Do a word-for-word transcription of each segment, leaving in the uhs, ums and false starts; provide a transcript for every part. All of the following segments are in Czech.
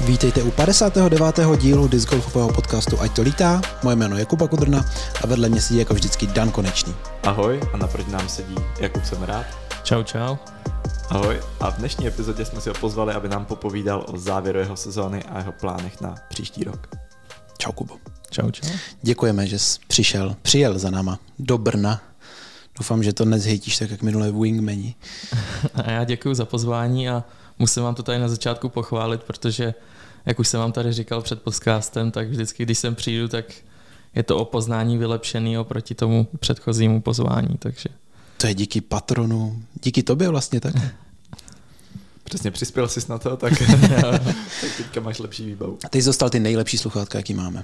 Vítejte u padesátého devátého dílu discgolfového podcastu Ať to lítá. Moje jméno je Kuba Kudrna a vedle mě sedí jako vždycky Dan Konečný. Ahoj, a naproti nám sedí Jakub Semerát. Čau, čau. Ahoj, a v dnešní epizodě jsme si ho pozvali, aby nám popovídal o závěru jeho sezóny a jeho plánech na příští rok. Čau, Kubo. Čau, čau. Děkujeme, že jsi přišel, přijel za náma do Brna. Doufám, že to nezhejtíš tak, jak minulé v Wingmani. A já děkuji za pozvání a musím vám to tady na začátku pochválit, protože, jak už jsem vám tady říkal před podcastem, tak vždycky, když sem přijdu, tak je to o poznání vylepšený oproti tomu předchozímu pozvání, takže... To je díky patronu, díky tobě vlastně tak. Přesně, přispěl jsi na to, tak, tak teďka máš lepší výbavu. A teď jsi dostal ty nejlepší sluchátka, jaký máme.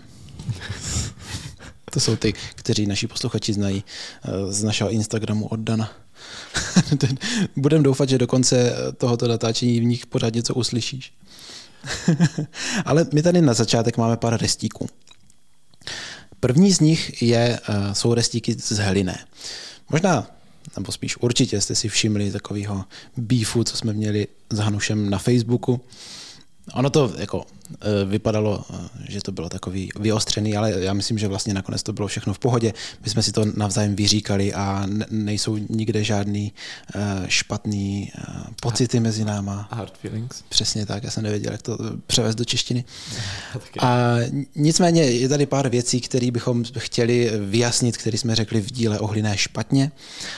To jsou ty, kteří naši posluchači znají z našeho Instagramu od Dana. Budem doufat, že do konce tohoto natáčení v nich pořád něco uslyšíš. Ale my tady na začátek máme pár restíků. První z nich je, jsou restíky z Heliné. Možná, nebo spíš určitě jste si všimli takového beefu, co jsme měli s Hanušem na Facebooku. Ono to jako vypadalo, že to bylo takový vyostřený, ale já myslím, že vlastně nakonec to bylo všechno v pohodě. My jsme si to navzájem vyříkali a nejsou nikde žádný špatný pocity mezi náma. Hard feelings. Přesně tak, já jsem nevěděl, jak to převést do češtiny. A nicméně je tady pár věcí, které bychom chtěli vyjasnit, které jsme řekli v díle o hliné špatně.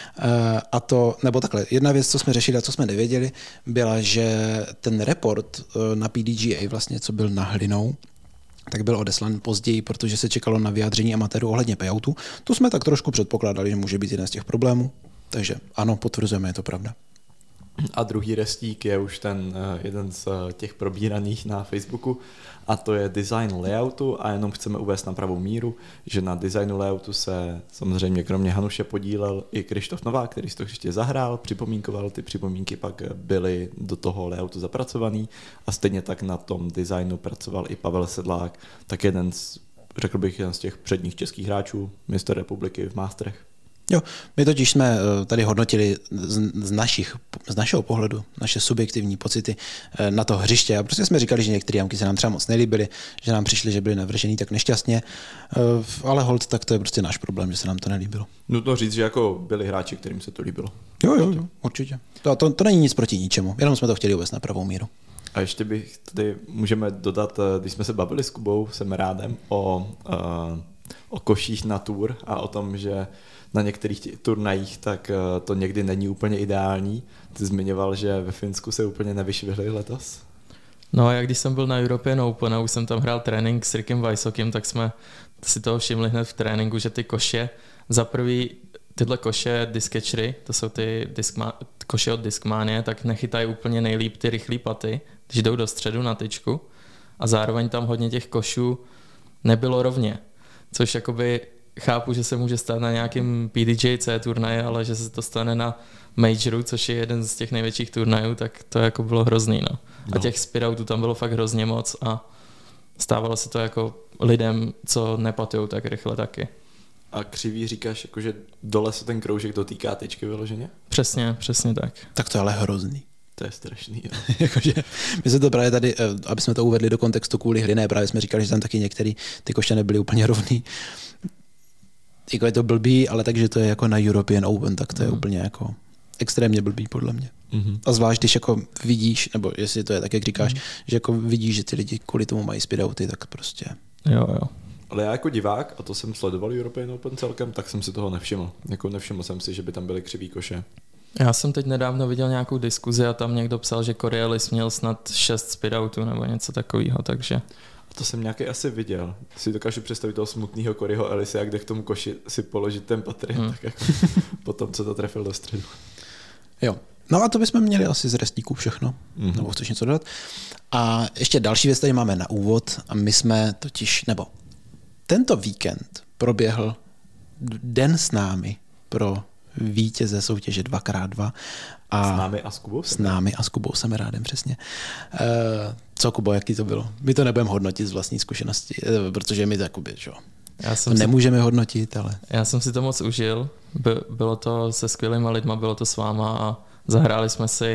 A to, nebo takhle, jedna věc, co jsme řešili a co jsme nevěděli, byla, že ten report na P D G A vlastně, co byl na hlinou, tak byl odeslan později, protože se čekalo na vyjádření amatérů ohledně payoutu. To jsme tak trošku předpokládali, že může být jeden z těch problémů. Takže ano, potvrzujeme, je to pravda. A druhý restík je už ten jeden z těch probíraných na Facebooku a to je design layoutu a jenom chceme uvést na pravou míru, že na designu layoutu se samozřejmě kromě Hanuše podílel i Krištof Novák, který si to ještě zahrál, připomínkoval, ty připomínky pak byly do toho layoutu zapracovaný a stejně tak na tom designu pracoval i Pavel Sedlák, tak jeden z, řekl bych, jeden z těch předních českých hráčů mistr republiky v Masterech. Jo, my totiž jsme tady hodnotili z, našich, z našeho pohledu, naše subjektivní pocity na to hřiště a prostě jsme říkali, že některé jamky se nám třeba moc nelíbily, že nám přišly, že byly navržený tak nešťastně, ale hold, tak to je prostě náš problém, že se nám to nelíbilo. Nutno říct, že jako byli hráči, kterým se to líbilo. Jo, jo, jo, určitě. To, to, to není nic proti ničemu, jenom jsme to chtěli uvést na pravou míru. A ještě bych tady můžeme dodat, když jsme se bavili s Kubou Semerádem o, o koších na tour a o tom, že na některých turnajích, tak to někdy není úplně ideální. Ty zmiňoval, že ve Finsku se úplně nevyšvihli letos. No, jak když jsem byl na European Open a už jsem tam hrál trénink s Rickem Weissokim, tak jsme si toho všimli hned v tréninku, že ty koše, za prvý tyhle koše Discatchery, to jsou ty diskma, koše od Discmanie, tak nechytají úplně nejlíp ty rychlý paty, když jdou do středu na tyčku a zároveň tam hodně těch košů nebylo rovně, což jakoby chápu, že se může stát na nějakém P D J C turnaji, ale že se to stane na Majoru, což je jeden z těch největších turnajů, tak to jako bylo hrozný. No. No. A těch speedoutů tam bylo fakt hrozně moc a stávalo se to jako lidem, co nepatujou tak rychle taky. A křivý říkáš, jako, že dole se ten kroužek dotýká tyčky vyloženě? Přesně, přesně tak. Tak to je ale hrozný. To je strašný. Jakože my jsme to právě tady, aby jsme to uvedli do kontextu kvůli hliné, právě jsme říkali, že tam taky některé ty koště nebyly úplně rovný. Jako je to blbý, ale takže to je jako na European Open, tak to je mm. úplně jako extrémně blbý podle mě. Mm-hmm. A zvlášť, když jako vidíš, nebo jestli to je tak, jak říkáš, mm. že jako vidíš, že ty lidi kvůli tomu mají speedouty, tak prostě. Jo, jo. Ale já jako divák, a to jsem sledoval European Open celkem, tak jsem si toho nevšiml. Jako nevšiml jsem si, že by tam byly křivý koše. Já jsem teď nedávno viděl nějakou diskuzi a tam někdo psal, že Coriolis měl snad šest speedoutů nebo něco takového, takže... To jsem nějaký asi viděl. Si dokážu představit toho smutného Coreyho Ellise, jak jde k tomu koši si položit ten patry, hmm. tak jako potom, co to trefil do středu. Jo. No a to bychom měli asi z restíků všechno. Mm-hmm. Nebo chceš něco dodat? A ještě další věc tady máme na úvod a my jsme totiž, nebo tento víkend proběhl den s námi pro vítěze soutěže dva krát dva. A s námi a s Kubou? S námi a s Kubou Semerádem, přesně. E, co, Kubo, jaký to bylo? My to nebudeme hodnotit z vlastní zkušenosti, protože my to jakoby, že já jsem to si, nemůžeme hodnotit, ale... Já jsem si to moc užil. By, bylo to se skvělýma lidma, bylo to s váma a zahráli jsme si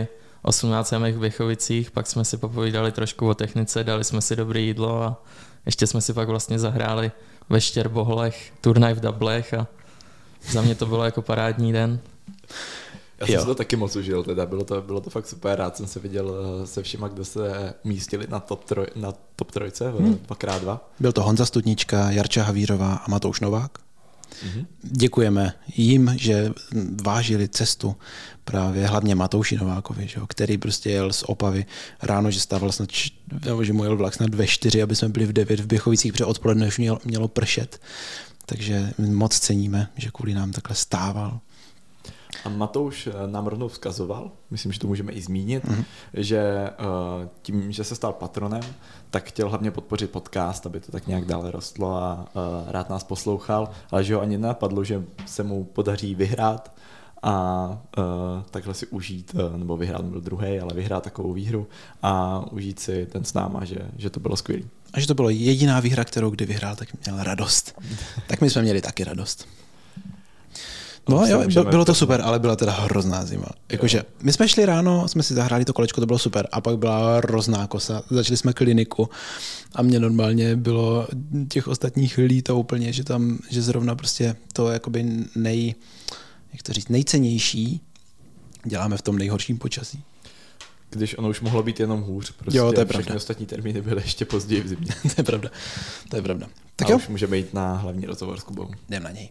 osmnáct v Běchovicích, pak jsme si popovídali trošku o technice, dali jsme si dobré jídlo a ještě jsme si pak vlastně zahráli ve Štěrboholech, turnaj v Dablech a za mě to bylo jako parádní den. Já jsem jo. si to taky moc užil, teda bylo to, bylo to fakt super, rád jsem se viděl se všema, kdo se umístili na top, troj, na top trojce, hmm. dva krát dva. Byl to Honza Studnička, Jarča Havířová a Matouš Novák. Mm-hmm. Děkujeme jim, že vážili cestu právě hlavně Matouši Novákovi, že, který prostě jel z Opavy ráno, že stával snad, že mu jel vlak snad ve čtyři, aby jsme byli v devět v Běchovicích, protože odpoledne už mělo, mělo pršet. Takže moc ceníme, že kvůli nám takhle stával. A Matouš nám rovnou vzkazoval, myslím, že to můžeme i zmínit, mm-hmm. že tím, že se stal patronem, tak chtěl hlavně podpořit podcast, aby to tak nějak dále rostlo a rád nás poslouchal, ale že ho ani nenapadlo, že se mu podaří vyhrát a takhle si užít, nebo vyhrát byl druhý, ale vyhrát takovou výhru a užít si ten s náma, že, že to bylo skvělý. A že to bylo jediná výhra, kterou kdy vyhrál, tak měl radost. Tak my jsme měli taky radost. No jo, bylo to super, ale byla teda hrozná zima. Jakože my jsme šli ráno, jsme si zahráli to kolečko, to bylo super, a pak byla hrozná kosa. Začali jsme kliniku a mě normálně bylo těch ostatních líto úplně, že tam, že zrovna prostě to jakoby nej, jak to říct, nejcennější děláme v tom nejhorším počasí. Když ono už mohlo být jenom hůř, prostě jo, to je všechny pravda. Ostatní termíny byly ještě později v zimě. To je pravda, to je pravda. Tak a jo? Už můžeme jít na hlavní rozhovor s Kubou. Jdem na něj.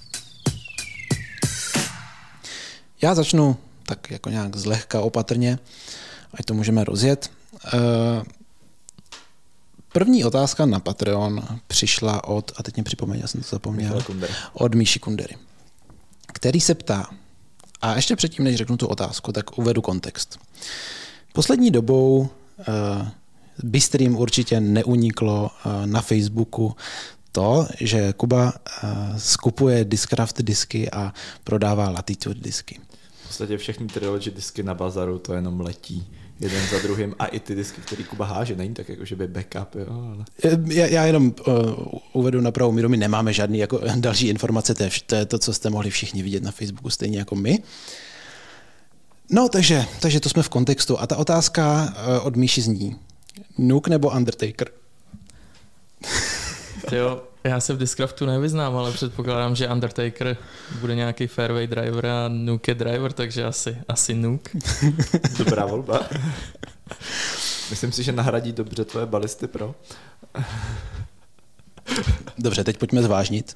Já začnu tak jako nějak zlehka opatrně, ať to můžeme rozjet. První otázka na Patreon přišla od, a teď mě připomeň, já jsem to zapomněl, od Míši Kundery, který se ptá, a ještě předtím, než řeknu tu otázku, tak uvedu kontext. Poslední dobou uh, Bystrým určitě neuniklo uh, na Facebooku to, že Kuba uh, skupuje Discraft disky a prodává Latitude disky. V podstatě všechny Trilogy disky na bazaru to jenom letí jeden za druhým a i ty disky, které Kuba háže, není tak jako, že by backup, jo, ale... Já, já jenom uh, uvedu na pravou míru, my nemáme žádný jako další informace, to je, to je to, co jste mohli všichni vidět na Facebooku, stejně jako my. No, takže, takže to jsme v kontextu. A ta otázka uh, od Míši zní, Nuke nebo Undertaker? Jo, já se v Discraftu nevyznám, ale předpokládám, že Undertaker bude nějaký fairway driver a Nuke je driver, takže asi, asi Nuke. Dobrá volba. Myslím si, že nahradí dobře tvoje balisty pro. Dobře, teď pojďme zvážnit.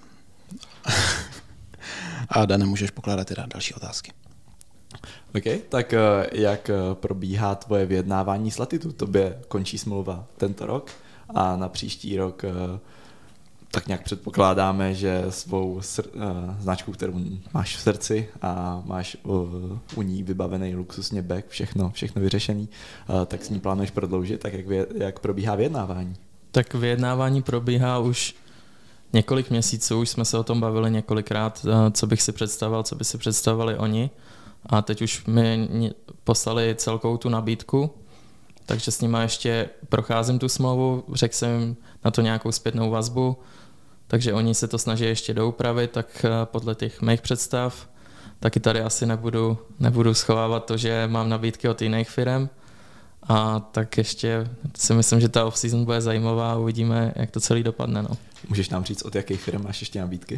A Dane, můžeš pokládat teda další otázky. OK, tak jak probíhá tvoje vyjednávání s Latitude? Tobě končí smlouva tento rok a na příští rok tak nějak předpokládáme, že svou sr- uh, značku, kterou máš v srdci a máš uh, u ní vybavený luxusně bag, všechno, všechno vyřešený, uh, tak s ní plánuješ prodloužit, tak jak, vě- jak probíhá vyjednávání? Tak vyjednávání probíhá už několik měsíců, už jsme se o tom bavili několikrát, uh, co bych si představoval, co by si představovali oni, a teď už mi poslali celkou tu nabídku, takže s nima ještě procházím tu smlouvu, řekl jsem na to nějakou zpětnou vazbu, takže oni se to snaží ještě doupravit, tak podle těch mých představ taky tady asi nebudu, nebudu schovávat to, že mám nabídky od jiných firem, a tak ještě si myslím, že ta off-season bude zajímavá a uvidíme, jak to celý dopadne. No. Můžeš nám říct, od jakých firm máš ještě nabídky?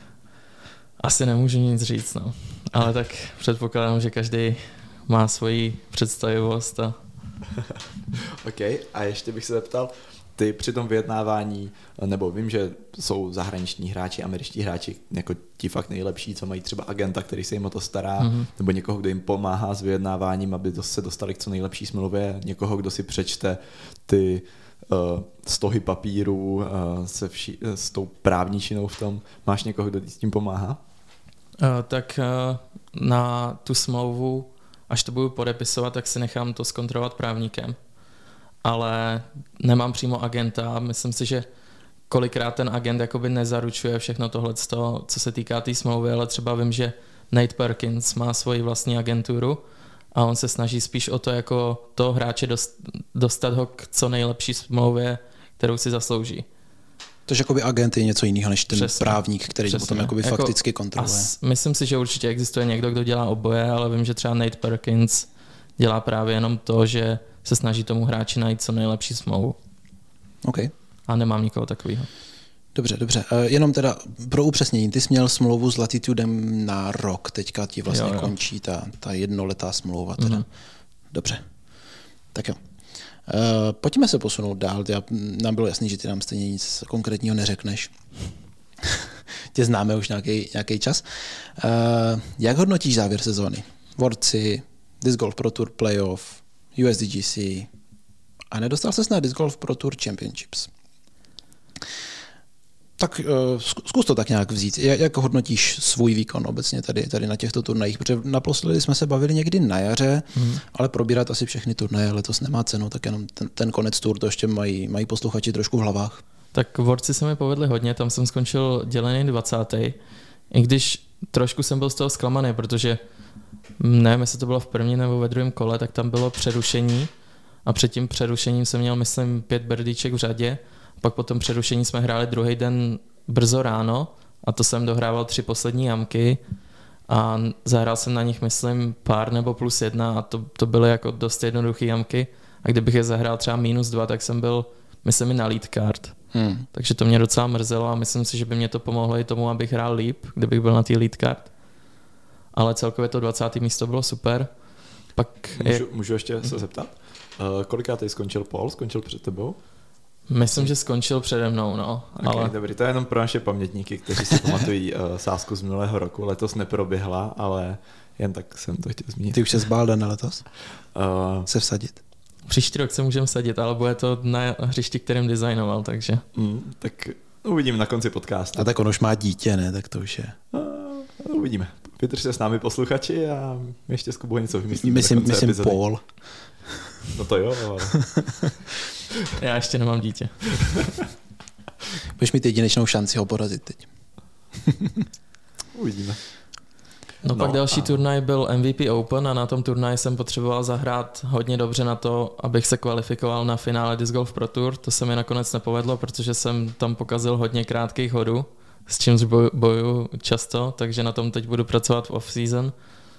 Asi nemůžu nic říct, no. Ale tak předpokládám, že každý má svoji představivost. A... OK, a ještě bych se zeptal, ty při tom vyjednávání, nebo vím, že jsou zahraniční hráči, američtí hráči, jako ti fakt nejlepší, co mají třeba agenta, který se jim o to stará, mm-hmm. nebo někoho, kdo jim pomáhá s vyjednáváním, aby se dostali k co nejlepší smlouvě, někoho, kdo si přečte ty uh, stohy papíru uh, se vši- s tou právničinou v tom. Máš někoho, kdo ti s tím pomáhá? Uh, tak uh, na tu smlouvu, až to budu podepisovat, tak si nechám to zkontrolovat právníkem. Ale nemám přímo agenta. Myslím si, že kolikrát ten agent jakoby nezaručuje všechno tohle, co se týká té tý smlouvy, ale třeba vím, že Nate Perkins má svoji vlastní agenturu a on se snaží spíš o to, jako toho hráče dostat ho k co nejlepší smlouvě, kterou si zaslouží. Takže jakoby agent je něco jiného než ten přesně, právník, který přesně, to potom jakoby jako fakticky kontroluje. Myslím si, že určitě existuje někdo, kdo dělá oboje, ale vím, že třeba Nate Perkins dělá právě jenom to, že se snaží tomu hráči najít co nejlepší smlouvu. OK. A nemám nikoho takového. Dobře, dobře. Jenom teda pro upřesnění, ty jsi měl smlouvu s Latitudem na rok, teďka ti vlastně jo, jo. končí ta, ta jednoletá smlouva. Teda. Mm-hmm. Dobře. Tak jo. Uh, pojďme se posunout dál. Já, nám bylo jasný, že ty nám stejně nic konkrétního neřekneš. Tě známe už nějaký, nějaký čas. Uh, jak hodnotíš závěr sezóny? Worldsy, Disc Golf Pro Tour Playoff, U S D G C a nedostal ses na Disc Golf Pro Tour Championships. Tak uh, zkus to tak nějak vzít. Jak, jak hodnotíš svůj výkon obecně tady, tady na těchto turnajích? Protože naposledy jsme se bavili někdy na jaře, hmm. ale probírat asi všechny turnaje letos nemá cenu, tak jenom ten, ten konec tur to ještě mají, mají posluchači trošku v hlavách. Tak Worldsy se mi povedly hodně, tam jsem skončil dělený dvacátý I když trošku jsem byl z toho zklamaný, protože nevím, jestli to bylo v prvním nebo ve druhém kole, tak tam bylo přerušení a před tím přerušením jsem měl, myslím, pět birdíček v řadě. Pak po tom přerušení jsme hráli druhý den brzo ráno a to jsem dohrával tři poslední jamky a zahrál jsem na nich, myslím, pár nebo plus jedna a to, to byly jako dost jednoduché jamky a kdybych je zahrál třeba minus dva, tak jsem byl, myslím, i na lead card. Hmm. Takže to mě docela mrzelo a myslím si, že by mě to pomohlo i tomu, abych hrál líp, kdybych byl na té lead card. Ale celkově to dvacáté místo bylo super. Pak můžu, je... můžu ještě se zeptat? Uh, kolikátej skončil Paul? Skončil před tebou? Myslím, že skončil přede mnou, no. Okay, ale... Dobrý, to je jenom pro naše pamětníky, kteří si pamatují uh, sázku z minulého roku. Letos neproběhla, ale jen tak jsem to chtěl zmínit. Ty už se zbál, Dana, letos? Uh... Se vsadit? Příští rok se můžeme sadit, ale bude to na hřišti, kterým designoval, takže... Mm, tak uvidím na konci podcastu. A tak on už má dítě, ne? Tak to už je... Uh, uvidíme. Vydrž se s námi posluchači a my ještě s Kubou něco vymyslíme. Myslím, myslím Paul. No to jo, ale... Já ještě nemám dítě. Budeš mít jedinečnou šanci ho porazit teď. Uvidíme. No, no pak další a... turnaj byl M V P Open a na tom turnaji jsem potřeboval zahrát hodně dobře na to, abych se kvalifikoval na finále Disc Golf Pro Tour. To se mi nakonec nepovedlo, protože jsem tam pokazil hodně krátkých hodů, s čímž bojuju často, takže na tom teď budu pracovat v off-season.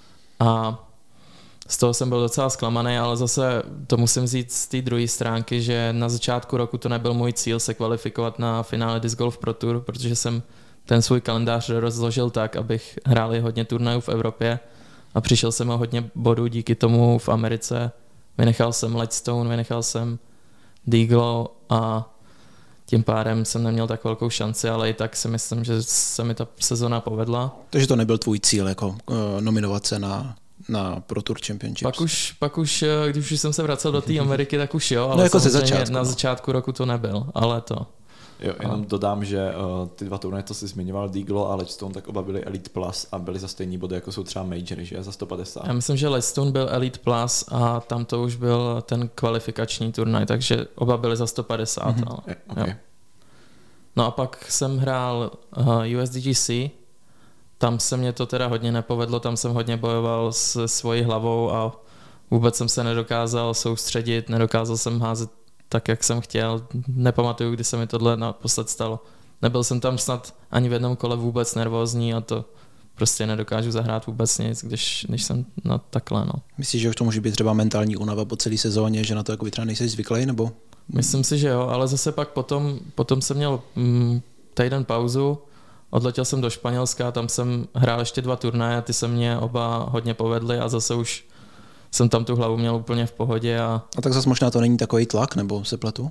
A z toho jsem byl docela zklamaný, ale zase to musím říct z té druhé stránky, že na začátku roku to nebyl můj cíl se kvalifikovat na finále Disc Golf Pro Tour, protože jsem ten svůj kalendář rozložil tak, abych hrál hodně turnajů v Evropě a přišel jsem o hodně bodů díky tomu v Americe. Vynechal jsem Ledgestone, vynechal jsem Deaglo a tím pádem jsem neměl tak velkou šanci, ale i tak si myslím, že se mi ta sezona povedla. Takže to nebyl tvůj cíl, jako uh, nominovat se na, na Pro Tour Championships? Pak už, pak už, když už jsem se vracel do té Ameriky, tak už jo, ale no jako ze začátku, na no. začátku roku to nebyl, ale to... Jo, jenom a. dodám, že uh, ty dva turnaje, to jsi zmiňoval, Deaglo a Ledgestone, tak oba byly Elite Plus a byly za stejný body, jako jsou třeba Majory, že? Za sto padesát. Já myslím, že Ledgestone byl Elite Plus a tam to už byl ten kvalifikační turnaj, takže oba byly za sto padesát. Mm-hmm. Ale, je, okay. jo. No a pak jsem hrál uh, U S D G C, tam se mě to teda hodně nepovedlo, tam jsem hodně bojoval s svojí hlavou a vůbec jsem se nedokázal soustředit, nedokázal jsem házet tak, jak jsem chtěl. Nepamatuju, kdy se mi tohle naposled stalo. Nebyl jsem tam snad ani v jednom kole vůbec nervózní a to prostě nedokážu zahrát vůbec nic, když, když jsem na takhle. No. Myslíš, že už to může být třeba mentální únava po celé sezóně, že na to jako třeba nejsi zvyklý, nebo? Myslím si, že jo, ale zase pak potom, potom jsem měl mm, týden pauzu, odletěl jsem do Španělska, tam jsem hrál ještě dva turnaje, ty se mě oba hodně povedly a zase už jsem tam tu hlavu měl úplně v pohodě. A, a tak zase možná to není takový tlak, nebo se pletu?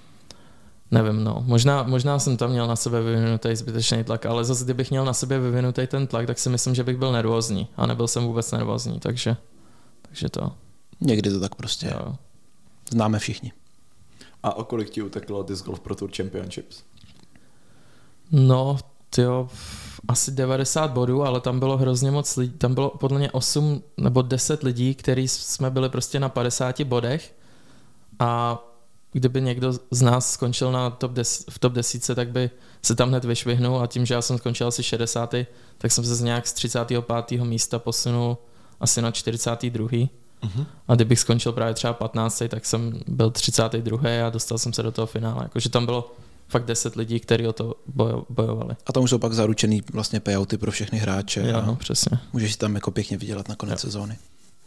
Nevím, no. Možná, možná jsem tam měl na sebe vyvinutý zbytečný tlak, ale zase kdybych měl na sebe vyvinutý ten tlak, tak si myslím, že bych byl nervózní. A nebyl jsem vůbec nervózní, takže, takže to. Někdy to tak prostě jo. Známe všichni. A o kolik ti uteklo Disc Golf Pro Tour Championships? No, tyjo, asi devadesát bodů, ale tam bylo hrozně moc lidí, tam bylo podle mě osm nebo deset lidí, kteří jsme byli prostě na padesáti bodech a kdyby někdo z nás skončil na top des, v top desítce, tak by se tam hned vyšvihnul a tím, že já jsem skončil asi šedesátý tak jsem se z nějak z třicátého pátého místa posunul asi na čtyřicátý druhý Uh-huh. A kdybych skončil právě třeba patnáctý tak jsem byl třicátý druhý a dostal jsem se do toho finále. Jakože tam bylo fakt deset lidí, kteří o to bojo, bojovali. A tam už jsou pak zaručený vlastně payouty pro všechny hráče. Jo, no, přesně. Můžeš si tam jako pěkně vydělat na konec jo. sezóny.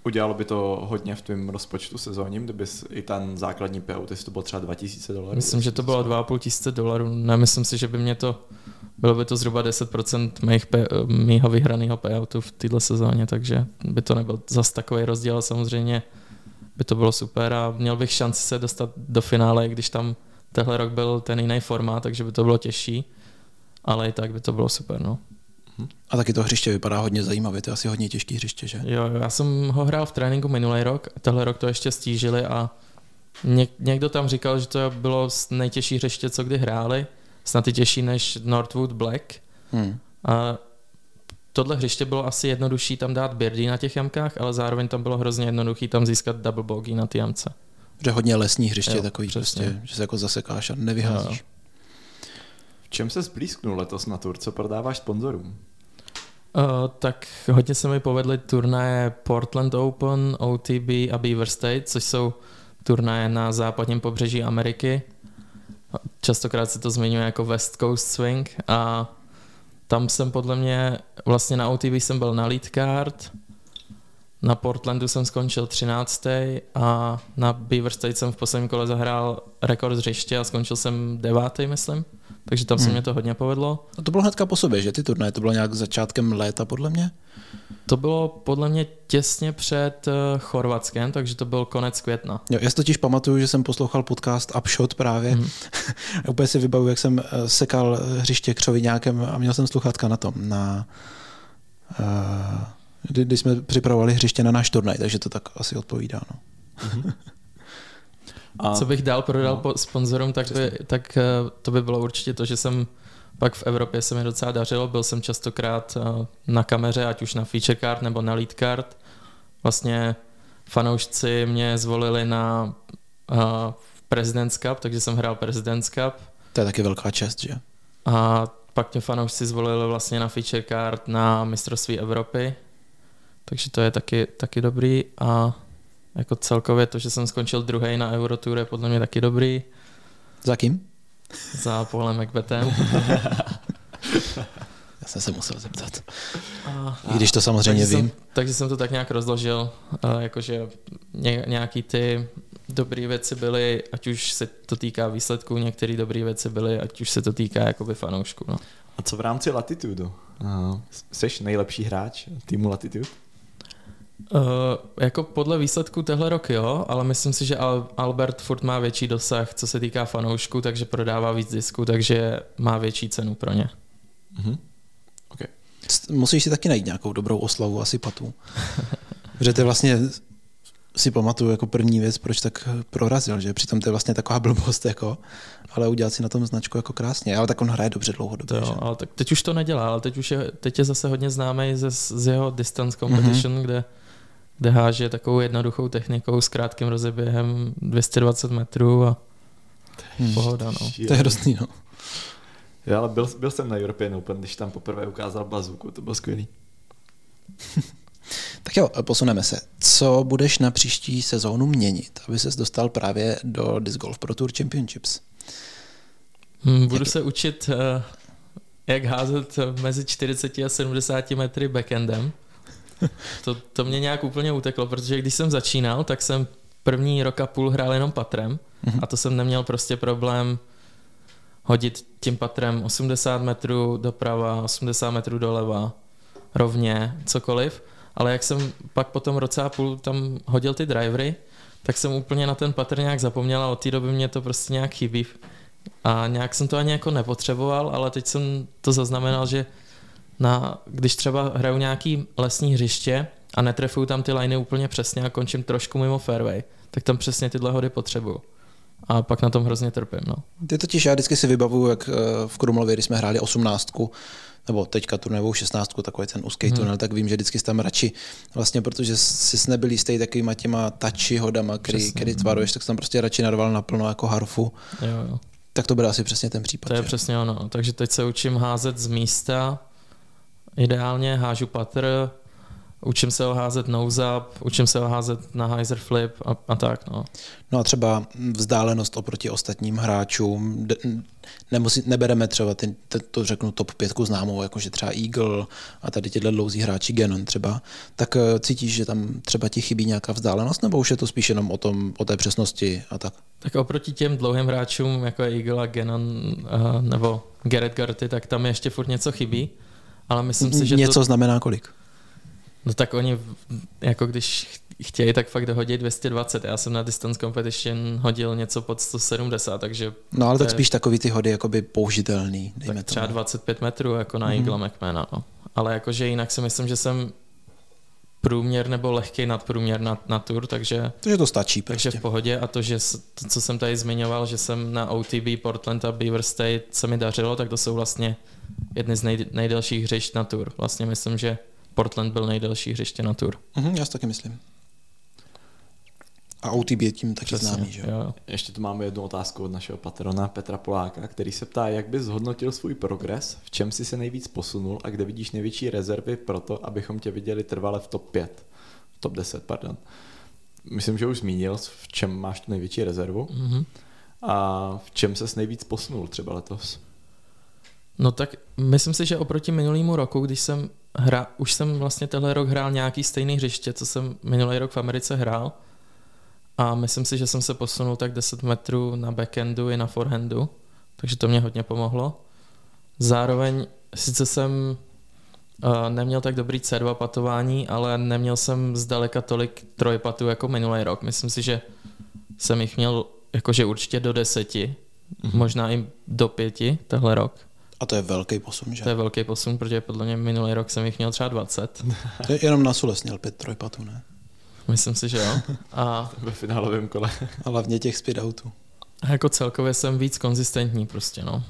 Udělalo by to hodně v tvém rozpočtu sezónním, kdybys i ten základní payout, jestli to bylo třeba dva tisíce dolarů? Myslím, že to bylo dva a půl tisíce dolarů. Nemyslím si, že by mě to, bylo by to zhruba deset procent mých pay, mýho vyhraného payoutu v této sezóně, takže by to nebyl zas takový rozdíl. Samozřejmě by to bylo super a měl bych šanci se dostat do finále, když tam tenhle rok byl ten jiný formát, takže by to bylo těžší, ale i tak by to bylo super, no. A taky to hřiště vypadá hodně zajímavě, to je asi hodně těžký hřiště, že? Jo, jo, já jsem ho hrál v tréninku minulý rok, tenhle rok to ještě stížili a něk, někdo tam říkal, že to bylo nejtěžší hřiště, co kdy hráli, snad i těžší než Northwood Black. Hmm. A tohle hřiště bylo asi jednodušší tam dát birdie na těch jamkách, ale zároveň tam bylo hrozně jednoduchý tam získat double bogey na ty jamce. Že hodně lesní hřiště, jo, takový přesně. prostě, že se jako zasekáš a nevyházíš. Jo. V čem se zblízknul letos na tour? Co prodáváš sponzorům? Uh, tak hodně se mi povedly turnaje Portland Open, O T B a Beaver State, což jsou turnaje na západním pobřeží Ameriky. Častokrát se to zmiňuje jako West Coast Swing a tam jsem podle mě, vlastně na O T B jsem byl na lead card, na Portlandu jsem skončil třináctý a na Beaver State jsem v posledním kole zahrál rekord hřiště a skončil jsem devátý, myslím. Takže tam se hmm. mě to hodně povedlo. A to bylo hnedka po sobě, že ty turnaje? To bylo nějak začátkem léta podle mě? To bylo podle mě těsně před uh, Chorvatskem, takže to byl konec května. Jo, já si totiž pamatuju, že jsem poslouchal podcast Upshot právě hmm. a úplně si vybavuju, jak jsem sekal hřiště křoviňákem a měl jsem sluchátka na tom, na... Uh, kdy, když jsme připravovali hřiště na náš turnaj, takže to tak asi odpovídá. No. Hmm. A co bych dál prodal no, po sponzorům, tak, by, tak to by bylo určitě to, že jsem pak v Evropě se mi docela dařilo, byl jsem častokrát na kameře, ať už na feature card nebo na lead card. Vlastně fanoušci mě zvolili na uh, President's Cup, takže jsem hrál President's Cup. To je taky velká čest, že? A pak mě fanoušci zvolili vlastně na feature card na mistrovství Evropy, takže to je taky, taky dobrý a jako celkově to, že jsem skončil druhý na Eurotour je podle mě taky dobrý. Za kým? Za Paulem Macbethem. Já jsem se musel zeptat. A, I když to samozřejmě takže vím. Jsem, takže jsem to tak nějak rozložil, jakože nějaký ty dobré věci byly, ať už se to týká výsledků, některé dobré věci byly, ať už se to týká jakoby fanoušků. No. A co v rámci Latitudu? Uh, Jseš nejlepší hráč týmu Latitude? Uh, jako podle výsledku tehle rok jo, ale myslím si, že Al- Albert furt má větší dosah, co se týká fanoušků, takže prodává víc disků, takže má větší cenu pro ně. Mm-hmm. Okay. Musíš si taky najít nějakou dobrou oslavu asi patů. Protože ty vlastně si pamatuju jako první věc, proč tak prorazil, že přitom to je vlastně taková blbost, jako, ale udělat si na tom značku jako krásně, ale tak on hraje dobře dlouhodobě. To jo, ale tak teď už to nedělá, ale teď, už je, teď je zase hodně známý ze, z jeho distance competition, mm-hmm. kde kde háže takovou jednoduchou technikou s krátkým rozeběhem dvě stě dvacet metrů a hmm. pohoda. No. To je hrozný, no. Já, ale byl, byl jsem na European Open, když tam poprvé ukázal bazooku, to bylo skvělý. Tak jo, posuneme se. Co budeš na příští sezónu měnit, aby ses dostal právě do Disc Golf Pro Tour Championships? Hmm, budu jak... se učit, jak házet mezi čtyřicet a sedmdesát metry backendem. To, to mě nějak úplně uteklo, protože když jsem začínal, tak jsem první rok a půl hrál jenom patrem a to jsem neměl prostě problém hodit tím patrem osmdesát metrů doprava, osmdesát metrů doleva, rovně, cokoliv. Ale jak jsem pak po tom roce a půl tam hodil ty drivery, tak jsem úplně na ten patr nějak zapomněl a od té doby mě to prostě nějak chybí. A nějak jsem to ani jako nepotřeboval, ale teď jsem to zaznamenal, že na, když třeba hraju nějaký lesní hřiště a netrefuju tam ty liney úplně přesně a končím trošku mimo fairway, tak tam přesně tyhle hody potřebuju. A pak na tom hrozně trpím. No. Ty totiž já vždycky si vybavuju, jak v Krumlově, když jsme hráli osmnáctku, nebo teďka turnajovou šestnáctku, takový ten úzký hmm. tunel, tak vím, že vždycky tam radši, vlastně protože jsi nebyl jistý takovýma těma touchy hodama, který, který tvaruješ, tak jsem tam prostě radši narval naplno jako harfu. Jo, jo. Tak to bude asi přesně ten případ. To je že? Přesně ono. Takže teď se učím házet z místa, ideálně hážu patr, učím se ho házet nose-up, učím se ho házet na hyzer flip a, a tak. No. No a třeba vzdálenost oproti ostatním hráčům, nemusí, nebereme třeba, ty, to řeknu top pětku známou, jakože třeba Eagle a tady tyhle dlouzí hráči Ganon třeba, tak cítíš, že tam třeba ti chybí nějaká vzdálenost, nebo už je to spíš jenom o, tom, o té přesnosti a tak? Tak oproti těm dlouhým hráčům, jako je Eagle a Ganon uh, nebo Garrett Garty, tak tam ještě furt něco chybí, ale myslím si, že něco to... znamená kolik? No tak oni, jako když chtějí, tak fakt hodit dvě stě dvacet. Já jsem na distance competition hodil něco pod sto sedmdesát, takže... No ale tak spíš takový ty hody jakoby použitelný, dejme tak tomu. třeba dvacet pět metrů, jako na mm-hmm. Eagle McMahona, no. Ale jakože jinak si myslím, že jsem průměr nebo lehký nadprůměr na, na tour, takže... Takže to stačí Takže prostě. v pohodě a to, že to, co jsem tady zmiňoval, že jsem na O T B, Portland a Beaver State se mi dařilo, tak to jsou vlastně jedny z nej, nejdelších hřišť na tour. Vlastně myslím, že Portland byl nejdelší hřiště na tour. Mhm, já si taky myslím. A O T B je tím taky Přesně, známý, že jo? Ještě tu máme jednu otázku od našeho patrona Petra Poláka, který se ptá, jak bys zhodnotil svůj progres, v čem jsi se nejvíc posunul a kde vidíš největší rezervy pro to, abychom tě viděli trvale v top pět. top deset, pardon. Myslím, že už zmínil, v čem máš tu největší rezervu Mm-hmm. a v čem ses nejvíc posunul třeba letos. No tak myslím si, že oproti minulému roku, když jsem hra, už jsem vlastně tenhle rok hrál nějaký stejný hřiště, co jsem minulý rok v Americe hrál a myslím si, že jsem se posunul tak deset metrů na backendu i na forehandu, takže to mě hodně pomohlo. Zároveň sice jsem uh, neměl tak dobrý C dva patování, ale neměl jsem zdaleka tolik trojpatů jako minulý rok. Myslím si, že jsem jich měl jakože určitě do deseti, mm-hmm. možná i do pěti tenhle rok. A to je velký posun, že? To je velký posun, protože podle mě minulý rok jsem jich měl třeba dvacet. To je jenom na Sules měl pět trojpatů, ne? Myslím si, že jo. A, Ve finálovém kole. A hlavně těch speedoutů. a jako celkově jsem víc konzistentní prostě, no.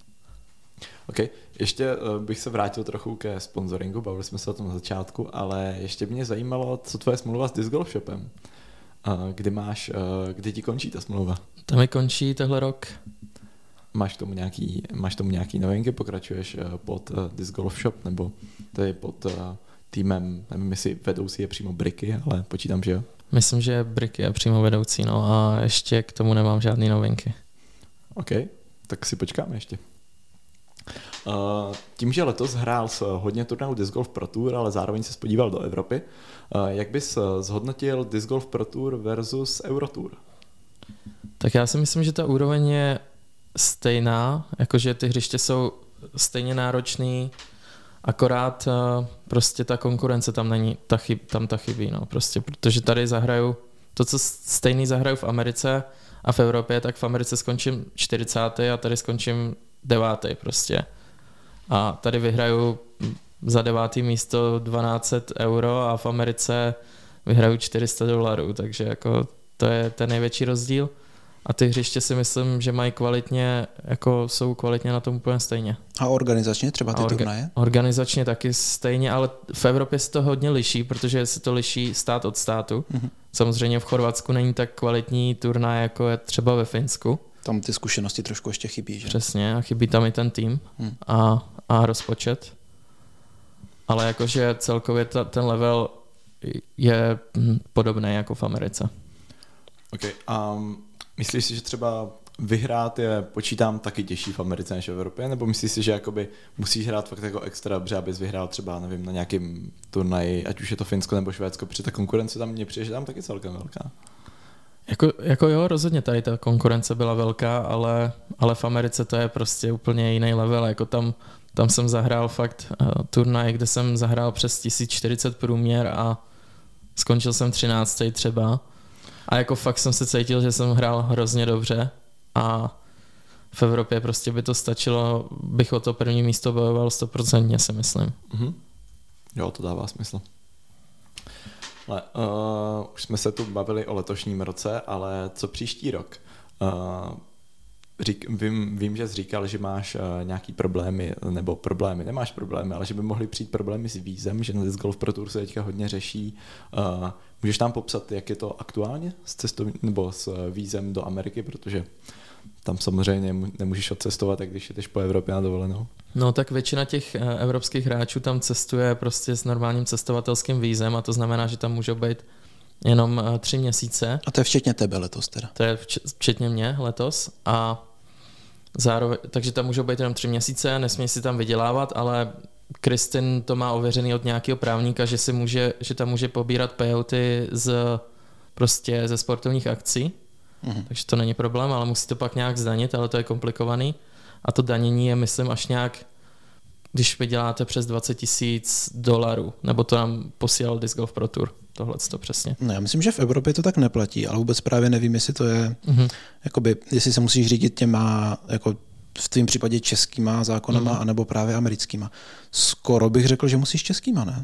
OK, ještě uh, bych se vrátil trochu ke sponsoringu, bavili jsme se o tom na začátku, ale ještě mě zajímalo, co tvoje smlouva s Disc Golf Shopem. Uh, kdy máš, uh, kdy ti končí ta smlouva? To mi končí tenhle rok. Máš tomu nějaký, máš tomu nějaký novinky, pokračuješ uh, pod uh, Disc Golf Shop, nebo to je pod uh, týmem, nevím, jestli vedoucí je přímo Bricky, ale počítám, že jo? Myslím, že Bricky je přímo vedoucí, no a ještě k tomu nemám žádný novinky. OK, tak si počkáme ještě. Uh, tím, že letos hrál s hodně turnajů Disc Golf Pro Tour, ale zároveň se spodíval do Evropy, uh, jak bys zhodnotil Disc Golf Pro Tour versus Euro Tour? Tak já si myslím, že ta úroveň je stejná, jakože ty hřiště jsou stejně náročný, akorát uh, prostě ta konkurence tam není, ta chyb, tam ta chybí, no prostě, protože tady zahraju, to, co stejný zahraju v Americe a v Evropě, tak v Americe skončím čtyřicátý a tady skončím devátý prostě. A tady vyhraju za devátý místo dvanáct set euro a v Americe vyhraju čtyři sta dolarů, takže jako to je ten největší rozdíl. A ty hřiště si myslím, že mají kvalitně, jako jsou kvalitně na tom úplně stejně. A organizačně třeba ty orga- turnaje? Organizačně taky stejně, ale v Evropě se to hodně liší, protože se to liší stát od státu. Mm-hmm. Samozřejmě v Chorvatsku není tak kvalitní turnaj, jako je třeba ve Finsku. Tam ty zkušenosti trošku ještě chybí, že? Přesně, a chybí tam i ten tým hmm. a, a rozpočet. Ale jakože celkově ta, ten level je podobný jako v Americe. OK, um, myslíš si, že třeba vyhrát je, počítám, taky těžší v Americe než v Evropě, nebo myslíš si, že jakoby musíš hrát fakt jako extra dobře, abys vyhrál třeba, nevím, na nějakým turnaji, ať už je to Finsko nebo Švédsko, protože ta konkurence tam mně přijde, že tam taky celkem velká. Jako, jako jo, rozhodně tady ta konkurence byla velká, ale, ale v Americe to je prostě úplně jiný level, jako tam, tam jsem zahrál fakt uh, turnaj, kde jsem zahrál přes tisíc čtyřicet průměr a skončil jsem třináctý třeba. A jako fakt jsem se cítil, že jsem hrál hrozně dobře a v Evropě prostě by to stačilo, bych o to první místo bojoval sto procent, si myslím. Mm-hmm. Jo, to dává smysl. Ale, uh, už jsme se tu bavili o letošním roce, ale co příští rok? Uh, řík, vím, vím, že jsi říkal, že máš uh, nějaký problémy, nebo problémy, nemáš problémy, ale že by mohly přijít problémy s vízem, že na Disc Golf Pro Tour se teďka hodně řeší. Uh, můžeš nám popsat, jak je to aktuálně s cestou, nebo s vízem do Ameriky, protože tam samozřejmě nemůžeš odcestovat, tak když jdeš po Evropě na dovolenou. No tak většina těch evropských hráčů tam cestuje prostě s normálním cestovatelským vízem a to znamená, že tam můžou být jenom tři měsíce. A to je včetně tebe letos teda. To je včetně mě letos a zároveň, takže tam můžou být jenom tři měsíce, nesmí si tam vydělávat, ale Kristin to má ověřený od nějakého právníka, že si může, že tam může pobírat payouty z prostě ze sportovních akcí, mm-hmm. takže to není problém, ale musí to pak nějak zdanit, ale to je komplikovaný a to danění je, myslím, až nějak, když vyděláte přes dvacet tisíc dolarů, nebo to nám posílal Disc Golf Pro Tour, tohle to přesně. No, já myslím, že v Evropě to tak neplatí, ale vůbec právě nevím, jestli to je, mm-hmm. jakoby, jestli se musíš řídit těma, jako v tvém případě českýma zákonama, mm-hmm. anebo právě americkýma. Skoro bych řekl, že musíš českýma, ne?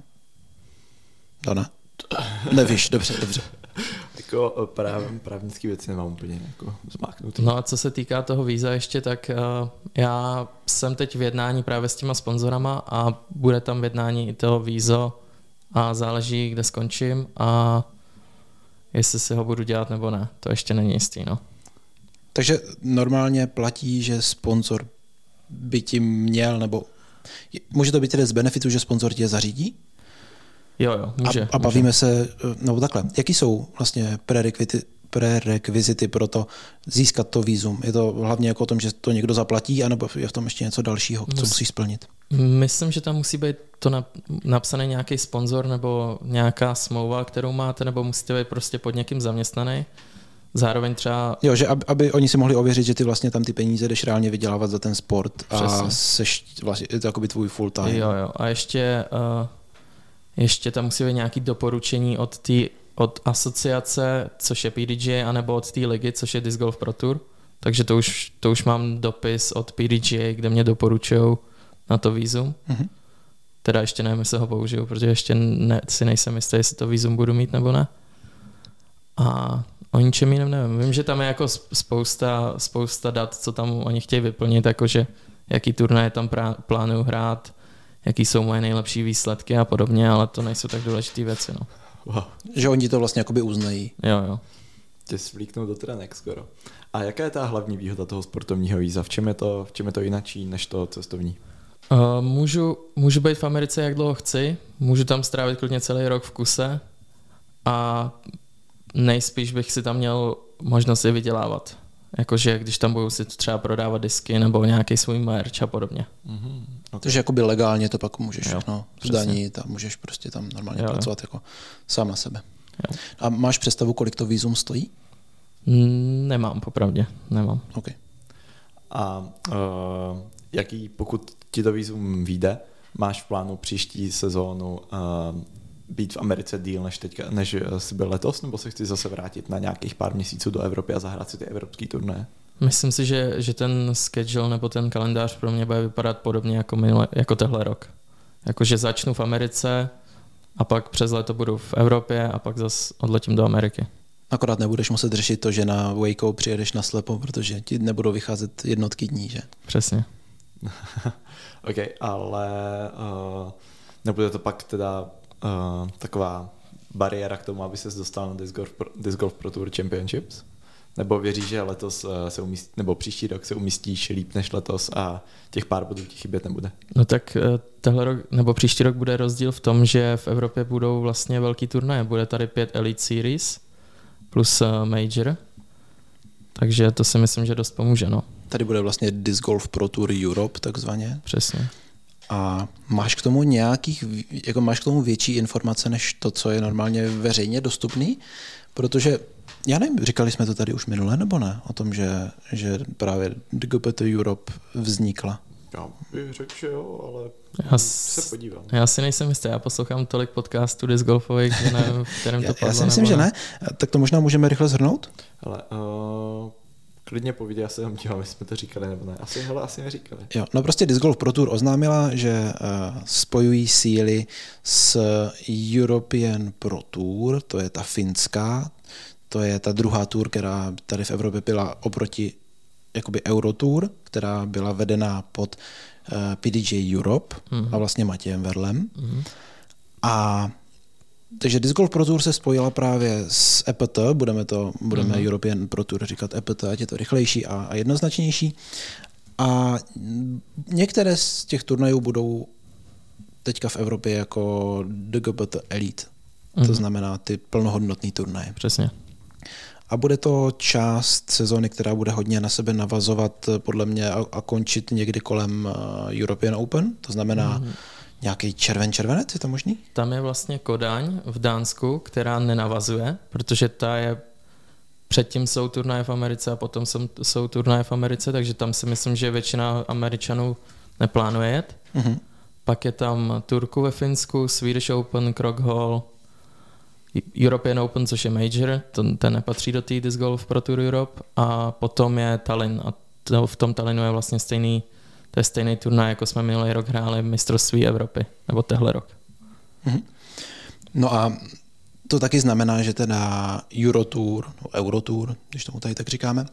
To ne? Nevíš, dobře, dobře. Jako práv, právnický věci nemám úplně jako zmáknutý. No a co se týká toho víza ještě, tak uh, já jsem teď v jednání právě s těma sponzorama a bude tam v jednání i toho vízo a záleží, kde skončím a jestli si ho budu dělat nebo ne. To ještě není jistý, no. Takže normálně platí, že sponzor by ti měl, nebo může to být tedy z benefitu, že sponzor tě zařídí? Jo, jo, může. A, a bavíme může. se, no takhle, jaký jsou vlastně prerekvizity, prerekvizity pro to získat to vízum? Je to hlavně jako o tom, že to někdo zaplatí, anebo je v tom ještě něco dalšího, co musíš splnit? Myslím, že tam musí být to napsaný nějaký sponzor nebo nějaká smlouva, kterou máte, nebo musíte být prostě pod někým zaměstnaný. Zároveň třeba... Jo, že aby, aby oni si mohli ověřit, že ty vlastně tam ty peníze jdeš reálně vydělávat za ten sport a Přesně. seš vlastně, je to jakoby tvůj full time. Jo, jo. A ještě, uh, ještě tam musí být nějaké doporučení od té od asociace, což je P D G A, anebo od té ligy, což je Disc Golf Pro Tour. Takže to už, to už mám dopis od P D G A, kde mě doporučují na to vízum. Mm-hmm. Teda ještě nevím, jestli ho použiju, protože ještě ne, si nejsem jistý, jestli to vízum budu mít nebo ne. A o ničem jiném nevím. Vím, že tam je jako spousta, spousta dat, co tam oni chtějí vyplnit, jakože jaký turnaje tam prá- plánuju hrát, jaký jsou moje nejlepší výsledky a podobně, ale to nejsou tak důležité věci. No. Wow. Že oni to vlastně jakoby uznají. Jo, jo. Tě svlíknou do trenek skoro. A jaká je ta hlavní výhoda toho sportovního víza? V čem je to, v čem je to jinačí než to cestovní? Uh, můžu, můžu být v Americe jak dlouho chci, můžu tam strávit klidně celý rok v kuse a nejspíš bych si tam měl možnost je vydělávat. Jakože když tam budu si třeba prodávat disky nebo nějaký svůj merch a podobně. Mm-hmm. Okay. Takže jakoby legálně to pak můžeš všechno zdanit a můžeš prostě tam normálně jo, pracovat jo. jako sám na sebe. Jo. A máš představu, kolik to vízum stojí? Nemám, popravdě. Nemám. Okay. A uh, jaký, pokud ti to vízum vyjde, máš v plánu příští sezónu uh, být v Americe díl než teďka, než jsi byl letos, nebo se chci zase vrátit na nějakých pár měsíců do Evropy a zahrát si ty evropský turnaje? Myslím si, že, že ten schedule nebo ten kalendář pro mě bude vypadat podobně jako, minule, jako tehle rok. Jakože začnu v Americe a pak přes léto budu v Evropě a pak zase odletím do Ameriky. Akorát nebudeš muset řešit to, že na Waco přijedeš na slepo, protože ti nebudou vycházet jednotky dní, že? Přesně. OK, ale uh, nebude to pak teda uh, taková bariéra k tomu, aby ses dostal na Disc Golf, Disc Golf Pro Tour Championships? Nebo věříš, že letos se umístí, nebo příští rok se umístíš líp než letos a těch pár bodů ti chybět nebude? No tak tehle rok, nebo příští rok bude rozdíl v tom, že v Evropě budou vlastně velký turnaje. Bude tady pět Elite Series plus Major. Takže to si myslím, že dost pomůže. No. Tady bude vlastně Disc Golf Pro Tour Europe takzvaně. Přesně. A máš k tomu nějakých, jako máš k tomu větší informace než to, co je normálně veřejně dostupný? Protože já nevím, říkali jsme to tady už minule, nebo ne? O tom, že, že právě D G P T Europe vznikla. Já bych řekl, že jo, ale já se podívám. Já si nejsem jistý, já poslouchám tolik podcastů disc golfových, že nevím, v kterém to padlo. Já si myslím, že ne. Tak to možná můžeme rychle shrnout? Ale uh, klidně povídej, já se tam dívám, jestli jsme to říkali nebo ne. Asi, hele, asi neříkali. Jo, no prostě Disc Golf Pro Tour oznámila, že uh, spojují síly s European Pro Tour, to je ta finská, to je ta druhá tour, která tady v Evropě byla oproti jakoby Eurotour, která byla vedená pod uh, P D G A Europe mm. a vlastně Matějem Verlem. Mm. A takže Disc Golf Pro Tour se spojila právě s E P T, budeme to budeme mm-hmm. European Pro Tour říkat E P T, ať je to rychlejší a, a jednoznačnější. A některé z těch turnajů budou teďka v Evropě jako D G B T Elite. Mm-hmm. To znamená ty plnohodnotný turnaje. Přesně. A bude to část sezóny, která bude hodně na sebe navazovat podle mě a, a končit někdy kolem European Open. To znamená mm-hmm. nějaký červen červenec, je to možný? Tam je vlastně Kodaň v Dánsku, která nenavazuje, protože ta je předtím jsou turnaje v Americe a potom jsou, jsou turnaje v Americe, takže tam si myslím, že většina Američanů neplánuje jet. Mm-hmm. Pak je tam Turku ve Finsku, Swedish Open, Krok Hall, European Open, což je major, ten, ten nepatří do té Disc Golf Pro Tour Europe, a potom je Tallinn a to, v tom Tallinnu je vlastně stejný, to je stejný turnaj, jako jsme minulý rok hráli mistrovství Evropy, nebo tehle rok. Mm-hmm. No a to taky znamená, že teda Eurotour, no Eurotour, když tomu tady tak říkáme,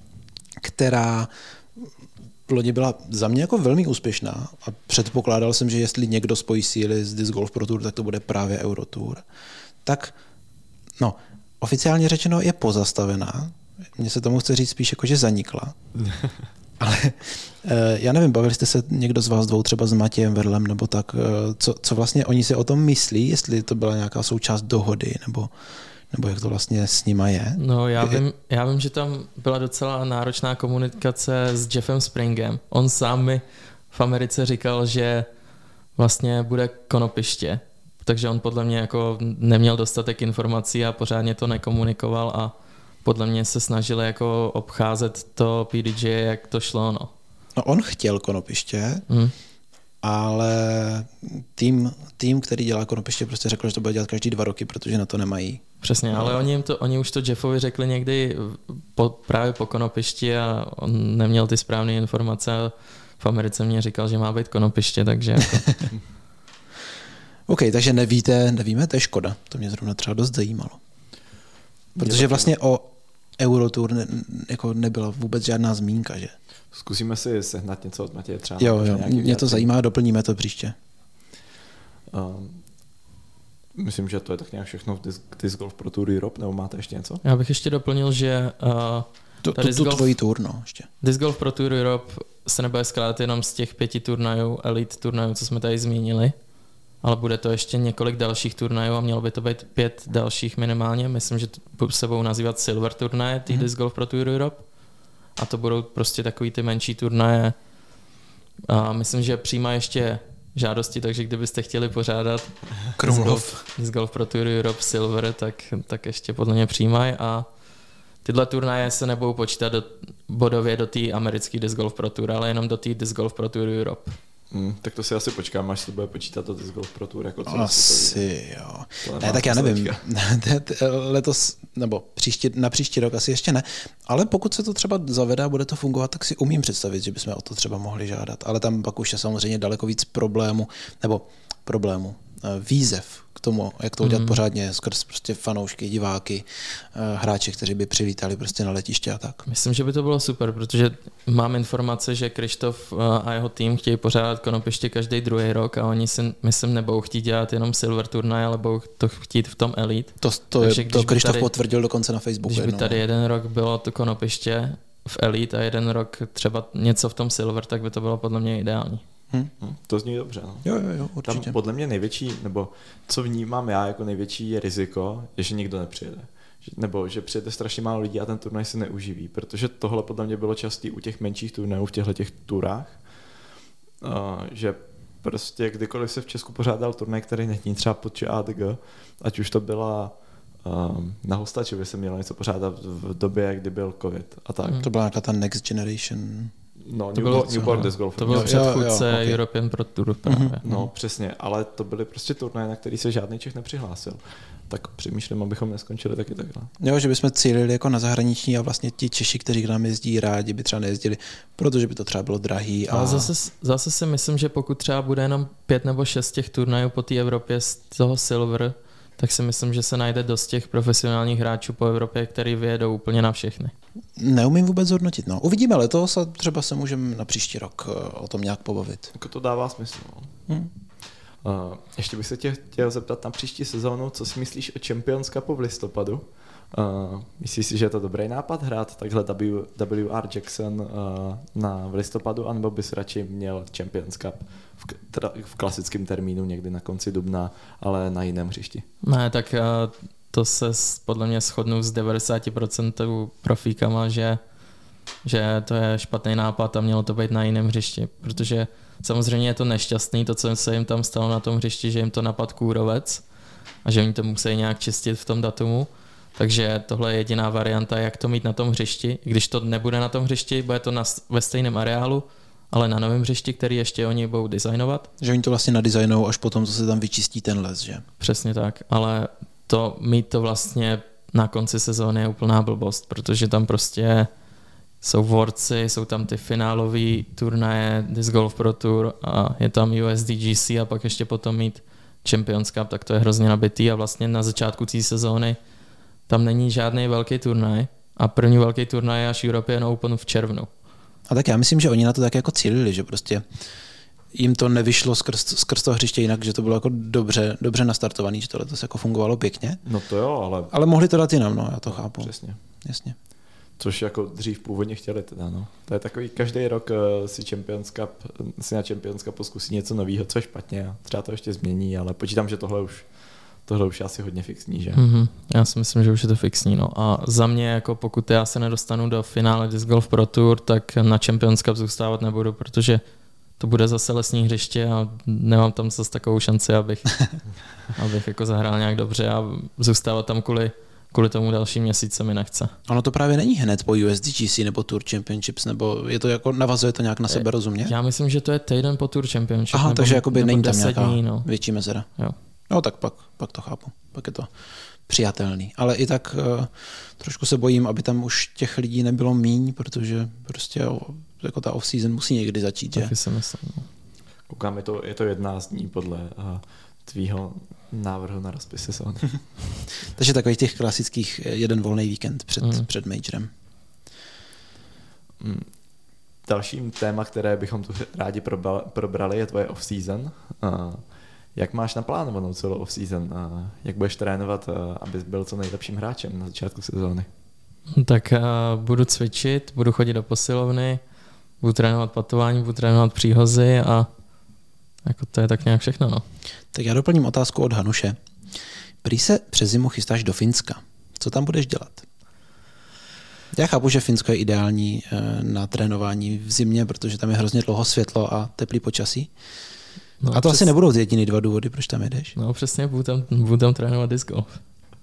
která loni byla za mě jako velmi úspěšná a předpokládal jsem, že jestli někdo spojí síly z Disc Golf Pro Tour, tak to bude právě Eurotour. Tak, no, oficiálně řečeno je pozastavená. Mně se tomu chce říct spíš jako, že zanikla. Ale já nevím, bavili jste se někdo z vás dvou třeba s Matějem Verlem nebo tak, co, co vlastně oni si o tom myslí, jestli to byla nějaká součást dohody, nebo, nebo jak to vlastně s nima je? No já vím, já vím, že tam byla docela náročná komunikace s Jeffem Springem. On sám mi v Americe říkal, že vlastně bude konopiště, takže on podle mě jako neměl dostatek informací a pořádně to nekomunikoval a podle mě se snažili jako obcházet to P D G, jak to šlo, no. No on chtěl konopiště, mm. ale tým, tým, který dělá konopiště, prostě řekl, že to bude dělat každý dva roky, protože na to nemají. Přesně, ale oni, jim to, oni už to Jeffovi řekli někdy po, právě po konopišti a on neměl ty správné informace a v Americe mě říkal, že má být konopiště, takže jako... OK, takže nevíte, nevíme, to je škoda. To mě zrovna třeba dost zajímalo. Protože vlastně o Eurotour ne, jako nebyla vůbec žádná zmínka, že? Zkusíme si sehnat něco od Matěje třeba. Jo, jo, mě to zajímá, doplníme to příště. Um, myslím, že to je tak nějak všechno v Disc, Disc Golf Pro Tour Europe, nebo máte ještě něco? Já bych ještě doplnil, že uh, tu, tu, tu tvojí tour, no, ještě. Disc Golf Pro Tour Europe se nebude skládat jenom z těch pěti turnajů, elite turnajů, co jsme tady zmínili, ale bude to ještě několik dalších turnajů a mělo by to být pět dalších minimálně. Myslím, že se budou nazývat Silver turnaje, ty mm-hmm. Disc Golf Pro Tour Europe. A to budou prostě takový ty menší turnaje. A myslím, že přijímá ještě žádosti, takže kdybyste chtěli pořádat Disc Golf, Disc Golf Pro Tour Europe Silver, tak, tak ještě podle mě přijímají. A tyhle turnaje se nebudou počítat do, bodově do té americké Disc Golf Pro Tour, ale jenom do té Disc Golf Pro Tour Europe. Hmm, tak to si asi počkám, až se bude počítat to Disc Golf Pro Tour. Jako asi jo. Ne, tak já nevím. Letos, nebo příští, na příští rok asi ještě ne, ale pokud se to třeba zavede a bude to fungovat, tak si umím představit, že bychom o to třeba mohli žádat. Ale tam pak už je samozřejmě daleko víc problémů, nebo problémů, výzev k tomu, jak to udělat mm. pořádně skrz prostě fanoušky, diváky, hráče, kteří by přivítali prostě na letiště a tak. Myslím, že by to bylo super, protože mám informace, že Krištof a jeho tým chtějí pořádat konopiště každý druhý rok a oni si, myslím, nebudou chtít dělat jenom Silver turnaj, ale budou to chtít v tom Elite. To, to, Takže, to Krištof potvrdil dokonce na Facebooku. Když by tady jeden rok bylo to konopiště v Elite a jeden rok třeba něco v tom Silver, tak by to bylo podle mě ideální. Hmm. Hmm, to zní dobře. No. Jo, jo, jo, určitě. Tam podle mě největší, nebo co vnímám já jako největší je riziko, je, že nikdo nepřijede. Nebo že přijede strašně málo lidí a ten turnaj se neuživí, protože tohle podle mě bylo častý u těch menších turnajů v těchto těch turách, uh, že prostě kdykoliv se v Česku pořádal turnaj, který není třeba pod ČADG, ať už to byla um, na Hostačově se mělo něco pořádat v době, kdy byl covid a tak. Hmm. To byla nějaká ta Next Generation... No, to Newport, Newport Disc Golf. To byl předchůdce okay. European Pro Tour právě. Mm-hmm. No, přesně, ale to byly prostě turnaje, na který se žádný Čech nepřihlásil. Tak přemýšlím, abychom neskončili taky takhle. Jo, že bychom cílili jako na zahraniční a vlastně ti Češi, kteří k nám jezdí rádi, by třeba nejezdili, protože by to třeba bylo drahý. A... Ale zase, zase si myslím, že pokud třeba bude jenom pět nebo šest těch turnajů po té Evropě z toho Silver, tak si myslím, že se najde dost těch profesionálních hráčů po Evropě, který vyjedou úplně na všechny. Neumím vůbec hodnotit. No. Uvidíme letos a třeba se můžeme na příští rok o tom nějak pobavit. Jako to dává smysl. No. Hmm. Uh, ještě bych se tě chtěl zeptat na příští sezónu, co si myslíš o Champions Cupu v listopadu? Uh, myslíš si, že je to dobrý nápad hrát takhle w, W R Jackson uh, na, v listopadu, anebo bys radši měl Champions Cup v, teda, v klasickém termínu někdy na konci dubna, ale na jiném hřišti? Ne, tak uh, to se podle mě shodnu s devadesát procent profíkama, že, že to je špatný nápad a mělo to být na jiném hřišti, protože samozřejmě je to nešťastný, to, co se jim tam stalo na tom hřišti, že jim to napadl kůrovec a že oni to musí nějak čistit v tom datumu. Takže tohle je jediná varianta, jak to mít na tom hřišti. Když to nebude na tom hřišti, bude to na, ve stejném areálu, ale na novém hřišti, který ještě oni budou designovat. Že oni to vlastně nadizajnou až potom, co se tam vyčistí ten les, že? Přesně tak, ale to mít to vlastně na konci sezóny je úplná blbost, protože tam prostě jsou worci, jsou tam ty finálové turnaje, Disc Golf Pro Tour a je tam U S D G C a pak ještě potom mít Champions Cup, tak to je hrozně nabitý a vlastně na začátku té sezóny tam není žádný velký turnaj a první velký turnaj je až European Open v červnu. A tak já myslím, že oni na to tak jako cílili, že prostě jim to nevyšlo skrz, skrz to hřiště jinak, že to bylo jako dobře, dobře nastartovaný, že tohle to jako fungovalo pěkně. No to jo, ale... Ale mohli to dát jinam, no, já to no, chápu. Přesně. Jasně. Což jako dřív původně chtěli teda, no. To je takový, každý rok uh, si Champions Cup, si na Champions Cupu zkusí něco nového, co je špatně a třeba to ještě změní, ale počítám, že tohle už Tohle už je asi hodně fixní, že? Mm-hmm. Já si myslím, že už je to fixní. No. A za mě, jako pokud já se nedostanu do finále Disc Golf Pro Tour, tak na Champions Cup zůstávat nebudu, protože to bude zase lesní hřiště a nemám tam zase takovou šanci, abych, abych jako zahrál nějak dobře a zůstávat tam kvůli, kvůli tomu další měsíce mi nechce. Ono to právě není hned po U S D G C nebo Tour Championships, nebo je to jako, navazuje to nějak na sebe, rozumně? Já myslím, že to je týden po Tour Championship. Aha, nebo, takže jakoby není tam deset nějaká dní, no. větší mezera. Jo. No tak pak, pak to chápu, pak je to přijatelný. Ale i tak uh, trošku se bojím, aby tam už těch lidí nebylo míň, protože prostě jako ta off-season musí někdy začít. Taky že? si myslím. No. Koukám, je to, je to jedenáct dní podle uh, tvýho návrhu na rozpis sezóny. Takže takových těch klasických jeden volný víkend před, mm. před majorem. Mm. Dalším téma, které bychom tu rádi probrali, je tvoje off-season. Uh, Jak máš naplánovanou celou off-season? Jak budeš trénovat, abys byl co nejlepším hráčem na začátku sezóny? Tak uh, budu cvičit, budu chodit do posilovny, budu trénovat patování, budu trénovat příhozy a jako to je tak nějak všechno. No. Tak já doplním otázku od Hanuše. Prý se přes zimu chystáš do Finska. Co tam budeš dělat? Já chápu, že Finsko je ideální na trénování v zimě, protože tam je hrozně dlouho světlo a teplý počasí. No, a to přes... asi nebudou jediný dva důvody, proč tam jedeš. No přesně, budu tam, budu tam trénovat disc golf.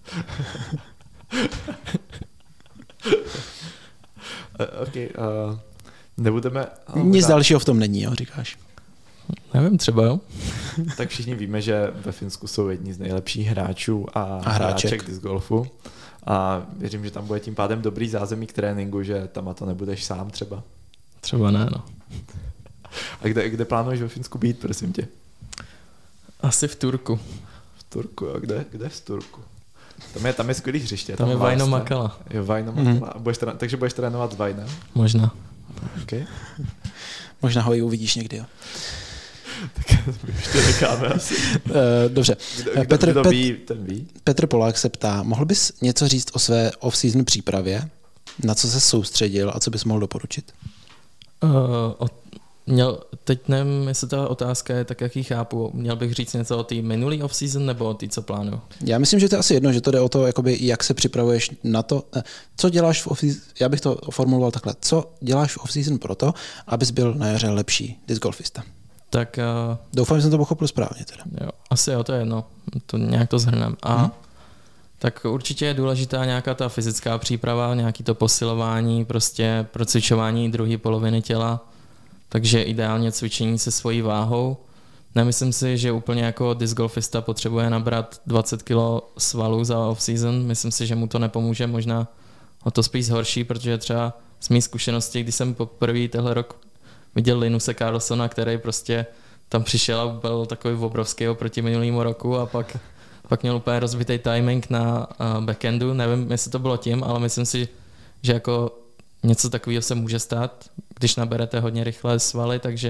OK, uh, nebudeme... Oh, Nic možná... dalšího v tom není, jo, říkáš. Nevím, třeba jo. Tak všichni víme, že ve Finsku jsou jedni z nejlepších hráčů a, a hráček. hráček disc golfu. A věřím, že tam bude tím pádem dobrý zázemí k tréninku, že tam a to nebudeš sám třeba. Třeba ne, no. A kde, kde plánuješ ve Finsku být, prosím tě? Asi v Turku. V Turku, a kde, kde v Turku? Tam je, tam je skvělý hřiště. Tam, tam je Vaino Makala. Jo, Vaino Makala. Mm. A budeš, takže budeš trénovat s Vainem? Možná. Okay. Možná ho i uvidíš někdy, jo. Tak to ještě necháme asi. Uh, dobře. Kdo, kdo, Petr, kdo Pet, ví, ten ví. Petr Polák se ptá, mohl bys něco říct o své off-season přípravě? Na co se soustředil a co bys mohl doporučit? Uh, o, měl, teď nevím, jestli ta otázka je tak, jak ji chápu. Měl bych říct něco o té minulý off-season nebo o té, co plánuju? Já myslím, že to je asi jedno, že to jde o to, jakoby, jak se připravuješ na to, co děláš v off-season, já bych to formuloval takhle, co děláš v off-season proto, abys byl na jaře lepší disc golfista. Tak, uh, doufám, že jsem to pochopil správně. Teda. Jo, asi jo, to je jedno, to nějak to zhrnem. A hmm. tak určitě je důležitá nějaká ta fyzická příprava, nějaký to posilování, prostě procvičování druhé poloviny těla, takže ideálně cvičení se svojí váhou. Nemyslím si, že úplně jako disc golfista potřebuje nabrat dvacet kilo svalů za off-season, myslím si, že mu to nepomůže, možná o to spíš zhorší, protože třeba z mých zkušeností, když jsem poprvé tenhle rok viděl Linuse Carlsona, který prostě tam přišel a byl takový obrovský oproti minulému roku a pak, pak měl úplně rozbitý timing na uh, backendu. Nevím, jestli to bylo tím, ale myslím si, že jako něco takového se může stát, když naberete hodně rychle svaly, takže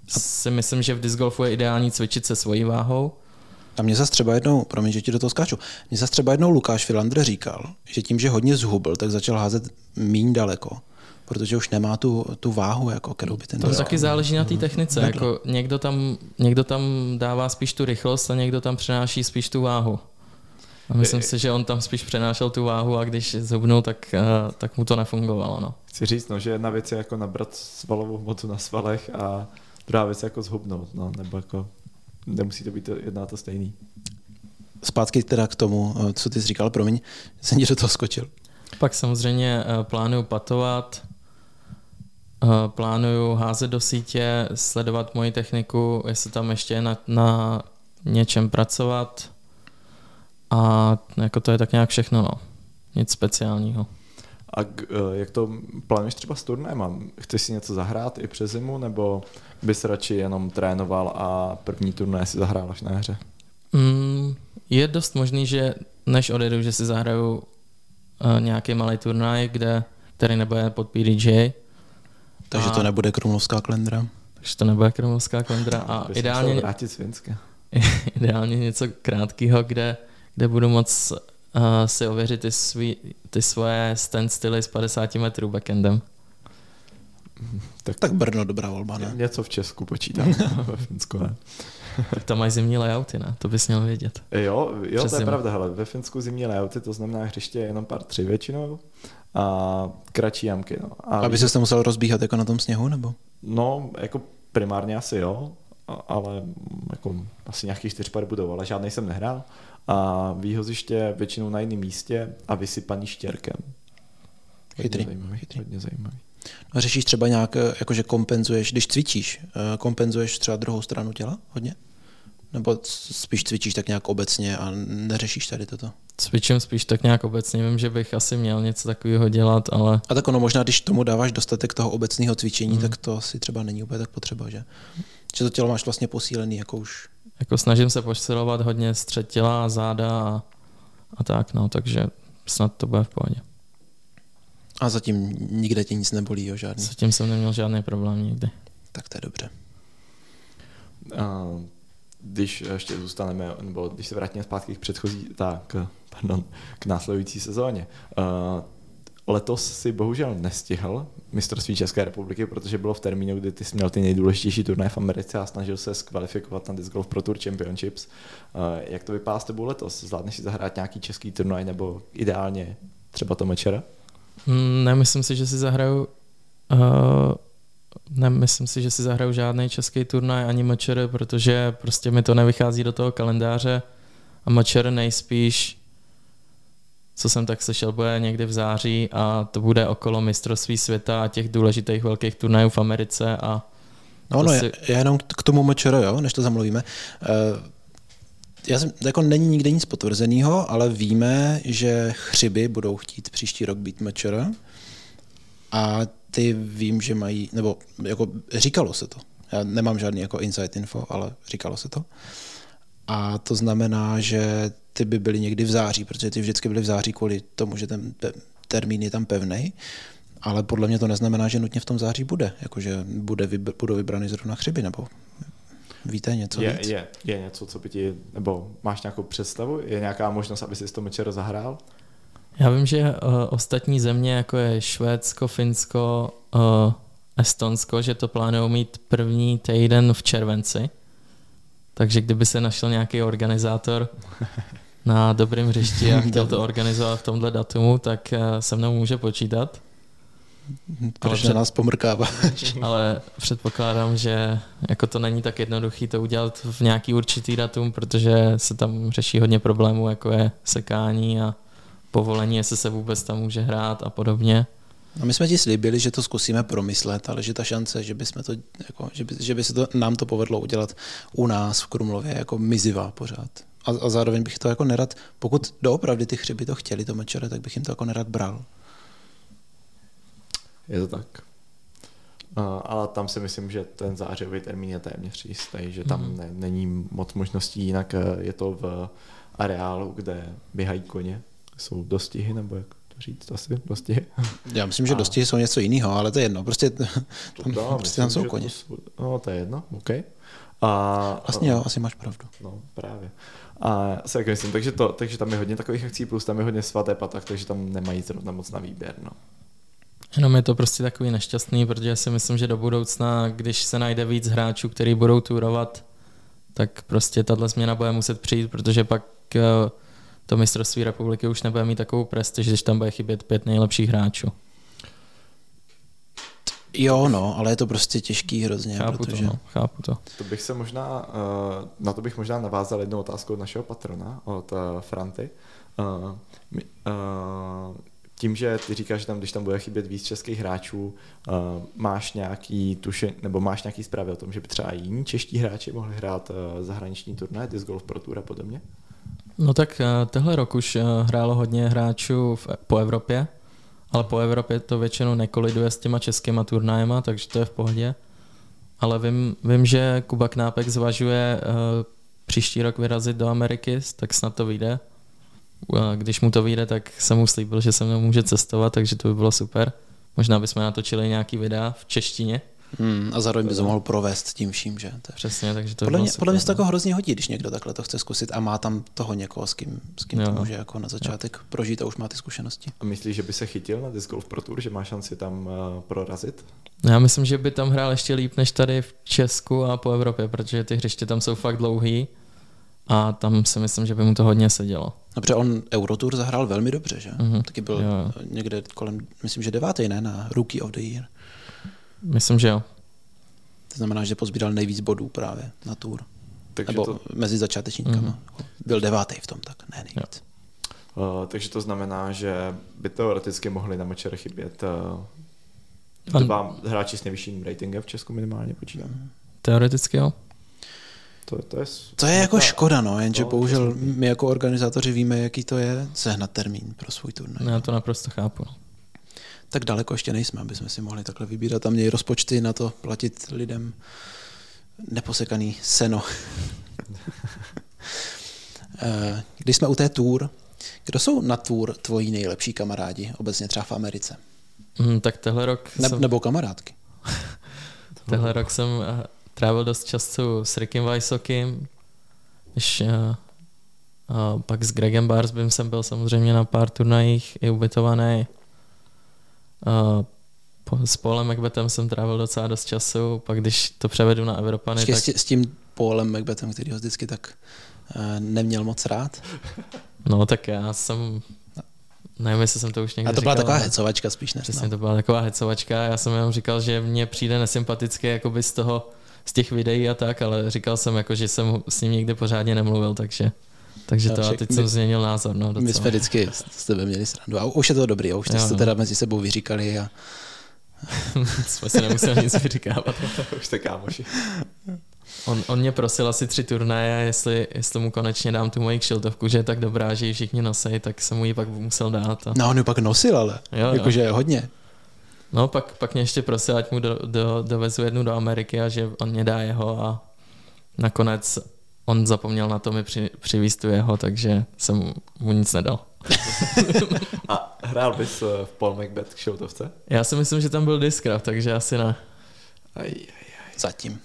si myslím, že v disc golfu je ideální cvičit se svojí váhou. A mě zase třeba jednou, promiň, že ti do toho skáču, mě zase třeba jednou Lukáš Filander říkal, že tím, že hodně zhubl, tak začal házet míň daleko, protože už nemá tu, tu váhu, jako, kterou by ten... To taky záleží na té technice. Jako někdo, tam, někdo tam dává spíš tu rychlost a někdo tam přenáší spíš tu váhu. A myslím si, že on tam spíš přenášel tu váhu a když zhubnul, tak, tak mu to nefungovalo. No. Chci říct, no, že jedna věc je jako nabrat svalovou hmotu na svalech a druhá věc je jako zhubnout. No, nebo jako nemusí to být jedná to stejný. Zpátky teda k tomu, co ty jsi říkal, promiň, jsem ti do toho skočil. Pak samozřejmě plánuju patovat, plánuju házet do sítě, sledovat moji techniku, jestli tam ještě na, na něčem pracovat a jako to je tak nějak všechno, no. Nic speciálního. A jak to plánuješ třeba s turnajem? Chceš si něco zahrát i přes zimu, nebo bys radši jenom trénoval a první turnaj si zahrál až na hře? Mm, je dost možný, že než odjedu, že si zahraju uh, nějaký malý turnaj, kde, který nebude pod P D J. Takže a, to nebude krumlovská klendra. Takže to nebude krumlovská klendra. A ideálně, vrátit z Finska. ideálně něco krátkého, kde, kde budu moc uh, si ověřit ty, svý, ty svoje standstilly z padesáti metrů backendem. Tak, tak Brno dobrá volba, ne? Něco v Česku počítám, ve Finsku ne. Tak tam mají zimní layouty, ne? To bys měl vědět. Jo, jo to je pravda, hele, ve Finsku zimní layouty, to znamená hřiště jenom pár tři většinou a kratší jamky. No. A aby se musel rozbíhat jako na tom sněhu, nebo? No, jako primárně asi jo, ale jako asi nějakých čtyř pár budou, ale žádnej jsem nehrál. A výhoziště většinou na jiném místě a vysypaný štěrkem. Chytrý. Hodně zajímavý. Chytrý. Hodně zajímavý. No, řešíš třeba nějak, jakože kompenzuješ, když cvičíš, kompenzuješ třeba druhou stranu těla hodně? Nebo spíš cvičíš tak nějak obecně a neřešíš tady toto? Cvičím spíš tak nějak obecně, vím, že bych asi měl něco takového dělat, ale... A tak ono možná, když tomu dáváš dostatek toho obecného cvičení, mm. tak to asi třeba není úplně tak potřeba, že? Že to tělo máš vlastně posílený, jako už... Jako snažím se posilovat hodně střed těla a záda a, a tak, no, takže snad to bude v pohodě. A zatím nikde tě nic nebolí, jo, žádný? Zatím jsem neměl žádný problém nikdy. Tak to je dobře. Uh, když ještě zůstaneme, nebo když se vrátíme zpátky k předchozí, tak, pardon, k následující sezóně. Uh, letos si bohužel nestihl mistrovství České republiky, protože bylo v termínu, kdy ty jsi měl ty nejdůležitější turnaje v Americe a snažil se skvalifikovat na Disc Golf Pro Tour Championships. Uh, jak to vypadá s tebou letos? Zvládneš si zahrát nějaký český turnaj nebo ideálně třeba to mečera? Nemyslím si, že si zahraju uh, nemyslím si, že si zahraju žádný český turnaj ani mečer, protože prostě mi to nevychází do toho kalendáře a mečer nejspíš, co jsem tak slyšel, bude někdy v září a to bude okolo mistrovství světa a těch důležitých velkých turnajů v Americe a no, no si... já jenom k tomu mečer, jo, než to zamluvíme. Uh, Já jsem, jako není nikde nic potvrzeného, ale víme, že Chřiby budou chtít příští rok být mečer a ty vím, že mají, nebo jako říkalo se to. Já nemám žádný jako inside info, ale říkalo se to. A to znamená, že ty by byly někdy v září, protože ty vždycky byly v září kvůli tomu, že ten termín je tam pevnej, ale podle mě to neznamená, že nutně v tom září bude, jakože bude, budou vybrany zrovna Chřiby, nebo... Víte něco je, víc? Je, je něco, co by ti, nebo máš nějakou představu? Je nějaká možnost, aby si to mečer zahrál? Já vím, že uh, ostatní země, jako je Švédsko, Finsko, uh, Estonsko, že to plánují mít první týden v červenci. Takže kdyby se našel nějaký organizátor na dobrém hřišti a chtěl to organizovat v tomhle datumu, tak uh, se mnou může počítat. Proč před... nás pomrkáváš? Ale předpokládám, že jako to není tak jednoduchý to udělat v nějaký určitý datum, protože se tam řeší hodně problémů, jako je sekání a povolení, jestli se vůbec tam může hrát a podobně. A my jsme ti slíbili, že to zkusíme promyslet, ale že ta šance, že by, jsme to, jako, že by, že by se to, nám to povedlo udělat u nás v Krumlově, jako mizivá pořád. A, a zároveň bych to jako nerad, pokud doopravdy ty Chřiby to chtěli, to mečere, tak bych jim to jako nerad bral. Je to tak. Uh, ale tam si myslím, že ten zářivý termín je téměř jistý, že tam mm. ne, není moc možností, jinak je to v areálu, kde běhají koně, jsou dostihy, nebo jak? to říct asi, dostihy. Já myslím, že a... dostihy jsou něco jiného, ale to je jedno, prostě tam, to dá, prostě myslím, tam jsou koně. To jsou, no to je jedno, OK. A, vlastně jo, asi máš pravdu. No, právě. A se jak myslím, takže, to, takže tam je hodně takových akcí, plus tam je hodně svaté patak, takže tam nemají zrovna moc na výběr, no. Jenom je to prostě takový nešťastný, protože si myslím, že do budoucna, když se najde víc hráčů, kteří budou turovat, tak prostě tahle změna bude muset přijít, protože pak to mistrovství republiky už nebude mít takovou prestiž, když tam bude chybět pět nejlepších hráčů. Jo, no, ale je to prostě těžký hrozně. Chápu protože... to, no, chápu to. To bych se možná, na to bych možná navázal jednou otázku od našeho patrona, od Franty. Tím, že ty říkáš, že tam, když tam bude chybět víc českých hráčů, máš nějaký tuše, nebo máš nějaký zprávy o tom, že by třeba jiní čeští hráči mohli hrát zahraniční turnaje, Disc Golf Pro Tour a podobně? No tak tehle rok už hrálo hodně hráčů v, po Evropě, ale po Evropě to většinou nekoliduje s těma českýma turnajema, takže to je v pohodě. Ale vím, vím že Kuba Knápek zvažuje uh, příští rok vyrazit do Ameriky, tak snad to vyjde. Uh, když mu to vyjde, tak jsem mu slíbil, že se mnou může cestovat, takže to by bylo super. Možná bychom natočili nějaký videa v češtině. Hmm, a zároveň by to mohl provést tím vším, že? To je... Přesně, takže to podle, by mě, super, podle mě se to no. jako hrozně hodí, když někdo takhle to chce zkusit a má tam toho někoho, s kým, s kým Jo. to může jako na začátek jo. prožít a už má ty zkušenosti. A myslíš, že by se chytil na Disc Golf Pro Tour, že má šanci tam uh, prorazit? Já myslím, že by tam hrál ještě líp než tady v Česku a po Evropě, protože ty hřiště tam jsou fakt dlouhý a tam si myslím, že by mu to hodně sedělo. No, protože on Eurotour zahrál velmi dobře, že? Mm-hmm. Taky byl jo. někde kolem, myslím, že devátý, ne? Na Rookie of the Year. Myslím, že jo. To znamená, že pozbíral nejvíc bodů právě na tour. Takže Nebo to... mezi začátečníkama. Mm-hmm. Byl devátý v tom, tak ne nejvíc. Uh, takže to znamená, že by teoreticky mohli na Mečer chybět uh, dva hráči s nejvyšším ratingem v Česku minimálně, počítám. Teoreticky jo. To, to, je, to je jako škoda, no, jenže no, bohužel my jako organizátoři víme, jaký to je sehnat termín pro svůj turnaj. Já to naprosto chápu. Tak daleko ještě nejsme, aby jsme si mohli takhle vybírat. Tam měli rozpočty na to platit lidem neposekaný seno. Když jsme u té tour, kdo jsou na tour tvoji nejlepší kamarádi, obecně třeba v Americe? Mm, tak tehle rok... Ne, jsem... Nebo kamarádky? Tehle rok jsem uh, trávil dost času s Rickem Weissokim, když, uh, uh, pak s Gregem Barsbym jsem byl samozřejmě na pár turnajích i ubytovaný. Uh, s Paulem Macbethem jsem trávil docela dost času, pak když to převedu na Evropany, Počkej, tak... S tím Paulem Macbethem, který ho vždycky tak uh, neměl moc rád? No tak já jsem... Nevím, jestli jsem to už někdy A to byla říkal, taková ale... hecovačka spíš než. Přesně, to byla taková hecovačka. Já jsem jenom říkal, že mně přijde nesympatické jakoby z toho, z těch videí a tak, ale říkal jsem jako, že jsem s ním nikdy pořádně nemluvil, takže... Takže to, a teď my, jsem změnil názor. No, my jsme vždycky s tebe měli srandu. A už je to dobrý, a už jste to teda mezi sebou vyříkali. A... jsme si nemuseli nic vyříkávat. Už jste kámoši. On, on mě prosil asi tři turnaje, jestli, jestli mu konečně dám tu moji kšiltovku, že je tak dobrá, že ji všichni nosej, tak jsem mu ji pak musel dát. A... No on ji pak nosil, ale jakože je hodně. No pak, pak mě ještě prosil, ať mu do, do, dovezu jednu do Ameriky a že on mě dá jeho a nakonec on zapomněl na to mi při, přivízt tu jeho, takže jsem mu nic nedal. A hrál bys v Paul Macbeth k šoutovce? Já si myslím, že tam byl Discraft, takže asi ne. Aj, aj, aj. Zatím.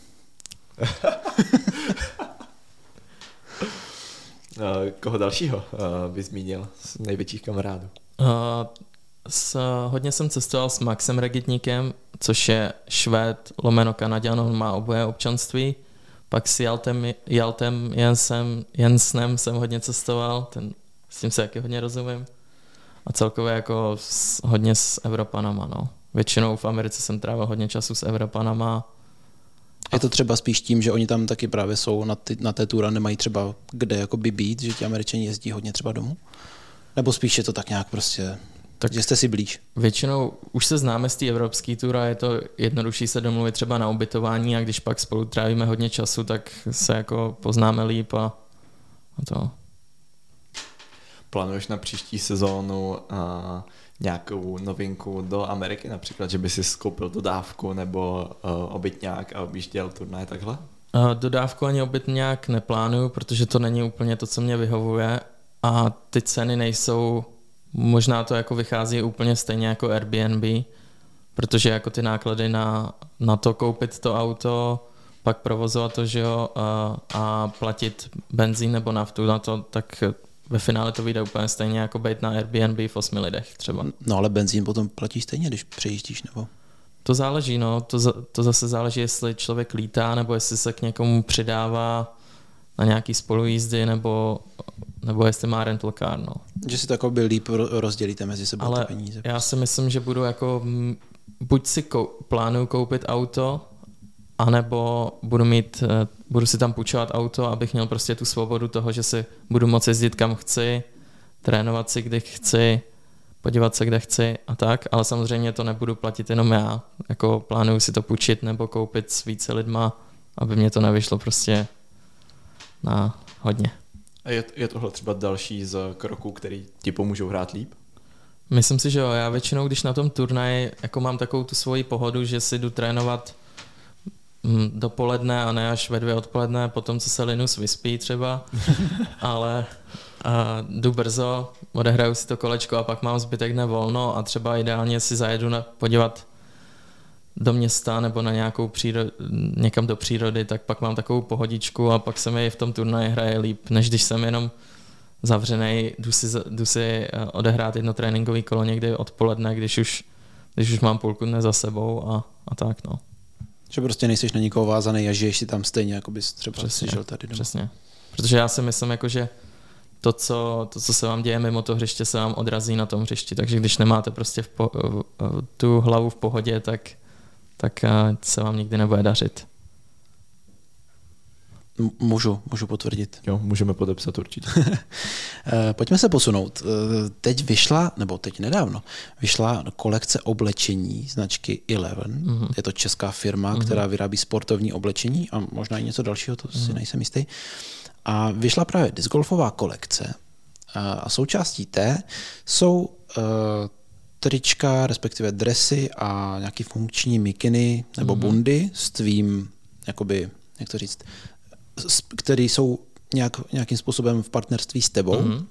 Koho dalšího bys zmínil z největších kamarádů? Uh, s, hodně jsem cestoval s Maxem Regitníkem, což je Švéd, lomeno Kanaďan, on má oboje občanství. Pak s Jaltem, Jaltem Jensem, Jensnem jsem hodně cestoval, ten, s tím se taky hodně rozumím. A celkově jako s, hodně s Evropanama. No. Většinou v Americe jsem trávil hodně času s Evropanama. Je to třeba spíš tím, že oni tam taky právě jsou na, ty, na té túra, nemají třeba kde jakoby být, že ti Američani jezdí hodně třeba domů? Nebo spíš je to tak nějak prostě, tak že jste si blíž? Většinou už se známe z té evropské tury a je to jednodušší se domluvit třeba na ubytování a když pak spolu trávíme hodně času, tak se jako poznáme líp a, a to. Plánuješ na příští sezónu a nějakou novinku do Ameriky, například, že by si skoupil dodávku nebo uh, obytňák a objížděl turnaj takhle? Uh, dodávku ani obytňák neplánuju, protože to není úplně to, co mě vyhovuje a ty ceny nejsou možná to jako vychází úplně stejně jako Airbnb, protože jako ty náklady na, na to koupit to auto, pak provozovat to, že jo, a, a platit benzín nebo naftu na to, tak ve finále to vyjde úplně stejně jako být na Airbnb v osmi lidech třeba. No ale benzín potom platí stejně, když přejíždíš, nebo? To záleží, no. To, za, to zase záleží, jestli člověk lítá, nebo jestli se k někomu přidává na nějaký spolujízdy, nebo, nebo jestli má rental car, no. Že si to jako by líp rozdělíte mezi sebou ale ty peníze. Já si myslím, že budu jako, buď si kou, plánuju koupit auto, anebo budu mít, budu si tam půjčovat auto, abych měl prostě tu svobodu toho, že si budu moci jezdit kam chci, trénovat si, kdy chci, podívat se, kde chci a tak, ale samozřejmě to nebudu platit jenom já. Jako plánuju si to půjčit nebo koupit s více lidma, aby mě to nevyšlo prostě na hodně. A je, je tohle třeba další z kroků, který ti pomůžou hrát líp? Myslím si, že jo. Já většinou, když na tom turnaji jako mám takovou tu svoji pohodu, že si jdu trénovat dopoledne a ne až ve dvě odpoledne, potom co se Linus vyspí třeba, ale a jdu brzo, odehraju si to kolečko a pak mám zbytek dne volno a třeba ideálně si zajedu na, podívat do města nebo na nějakou přírod, někam do přírody, tak pak mám takovou pohodičku a pak se mi v tom turnaji hraje líp, než když jsem jenom zavřenej, jdu si, jdu si odehrát jedno tréninkový kolo někdy odpoledne, když už, když už mám půlku dne za sebou a, a tak, no. Že prostě nejseš na nikoho vázaný a žiješ si tam stejně, jako bys třeba přesně, si žil tady doma. Přesně. Protože já si myslím, jako, že to co, to, co se vám děje mimo to hřiště, se vám odrazí na tom hřišti. Takže když nemáte prostě v po, tu hlavu v pohodě, tak, tak se vám nikdy nebude dařit. Můžu, můžu potvrdit. Jo, můžeme podepsat určitě. Pojďme se posunout. Teď vyšla, nebo teď nedávno, vyšla kolekce oblečení značky Eleven. Mm-hmm. Je to česká firma, mm-hmm. která vyrábí sportovní oblečení a možná i něco dalšího, to mm-hmm. si nejsem jistý. A vyšla právě discgolfová kolekce a součástí té jsou uh, trička, respektive dresy a nějaký funkční mikiny nebo mm-hmm. bundy s tvým, jakoby, jak to říct, který jsou nějak, nějakým způsobem v partnerství s tebou. Mm-hmm.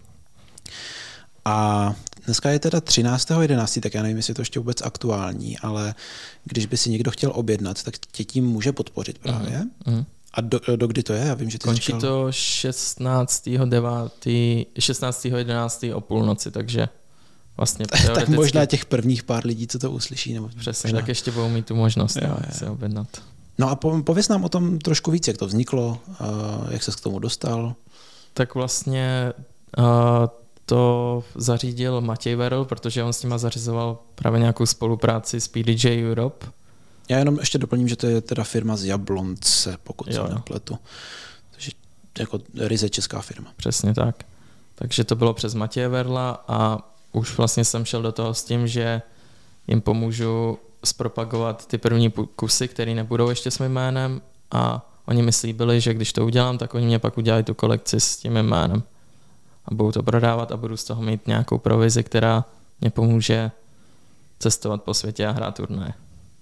A dneska je teda třináctého jedenáctého tak já nevím, jestli je to ještě vůbec aktuální, ale když by si někdo chtěl objednat, tak tě tím může podpořit právě. Mm-hmm. A do, do kdy to je? Já vím, že ty končí říkal... to šestnáctého devátého šestnáctého jedenáctého o půlnoci, takže vlastně teoreticky... Tak možná těch prvních pár lidí, co to uslyší. Nebo přesně, možná... tak ještě budou mít tu možnost jo, jo. se objednat. No a pověz nám o tom trošku víc, jak to vzniklo, jak ses k tomu dostal. Tak vlastně uh, to zařídil Matěj Verl, protože on s nima zařizoval právě nějakou spolupráci s P D J Europe. Já jenom ještě doplním, že to je teda firma z Jablonce, pokud jo, se nepletu. Takže jako ryze česká firma. Přesně tak. Takže to bylo přes Matěje Verla a už vlastně jsem šel do toho s tím, že jim pomůžu zpropagovat ty první kusy, které nebudou ještě s mým jménem a oni mi slíbili, že když to udělám, tak oni mě pak udělají tu kolekci s tím jménem a budou to prodávat a budu z toho mít nějakou provizi, která mě pomůže cestovat po světě a hrát turnaje.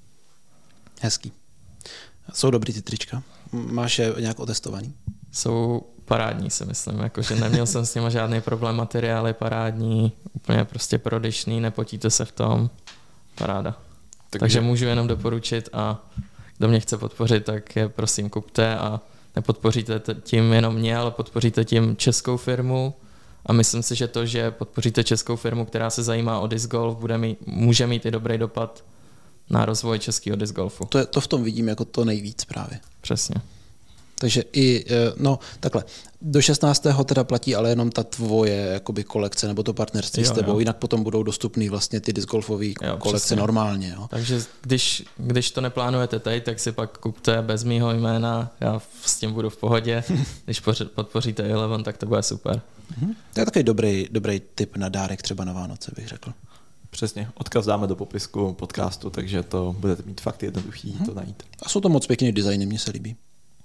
Hezký. Jsou dobrý ty trička? Máš je nějak otestovaný? Jsou parádní, si myslím. Jakože neměl jsem s nimi žádný problém, materiály parádní, úplně prostě prodyšný, nepotíte se v tom. Paráda. Takže, Takže můžu jenom doporučit a kdo mě chce podpořit, tak je prosím kupte a nepodpoříte tím jenom mě, ale podpoříte tím českou firmu a myslím si, že to, že podpoříte českou firmu, která se zajímá o disc golf, bude mít, může mít i dobrý dopad na rozvoj českého disc golfu. To, je, to v tom vidím jako to nejvíc právě. Přesně. Takže i, no takhle, do šestnáctého teda platí ale jenom ta tvoje jakoby kolekce nebo to partnerství jo, s tebou, jo. Jinak potom budou dostupný vlastně ty disc golfové kolekce přesně. Normálně. Jo. Takže když, když to neplánujete teď, tak si pak kupte bez mýho jména, já s tím budu v pohodě. Když podpoříte Eleven, tak to bude super. Mhm. To je takový dobrý, dobrý tip na dárek třeba na Vánoce, bych řekl. Přesně, odkaz dáme do popisku podcastu, takže to budete mít fakt jednoduchý mhm. to najít. A jsou to moc pěkný designy, mně se líbí.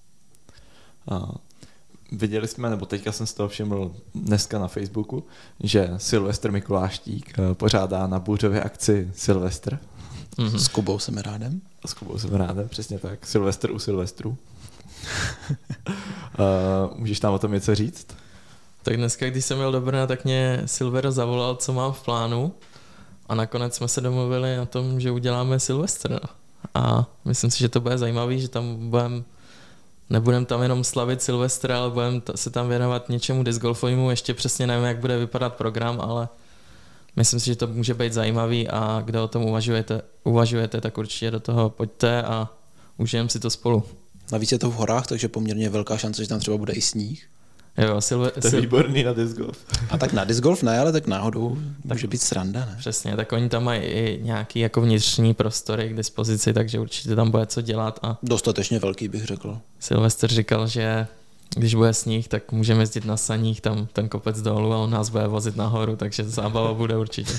A viděli jsme, nebo teďka jsem z toho všiml dneska na Facebooku, že Silvestr Mikuláštík pořádá na bůřově akci Silvestr. Mm-hmm. S Kubou Semerádem. S Kubou Semerádem, přesně tak. Silvestr u Silvestru. uh, můžeš nám o tom něco říct? Tak dneska, když jsem jel do Brna, tak mě Silvero zavolal, co mám v plánu a nakonec jsme se domluvili na tom, že uděláme Silvestr. A myslím si, že to bude zajímavý, že tam budeme, nebudeme tam jenom slavit Silvestra, ale budeme se tam věnovat něčemu discgolfovému, ještě přesně nevím, jak bude vypadat program, ale myslím si, že to může být zajímavý a kdo o tom uvažujete, uvažujete tak určitě do toho pojďte a užijeme si to spolu. Navíc je to v horách, takže poměrně velká šance, že tam třeba bude i sníh. Jo, Silve, To je sil... výborný na disc golf. A tak na disc golf ne, ale tak náhodou tak může být sranda, ne? Přesně, tak oni tam mají i nějaký jako vnitřní prostory k dispozici, takže určitě tam bude co dělat a Dostatečně velký, bych řekl. Silvestr říkal, že když bude sníh, tak můžeme jezdit na saních tam ten kopec dolů a on nás bude vozit nahoru, takže zábava bude určitě.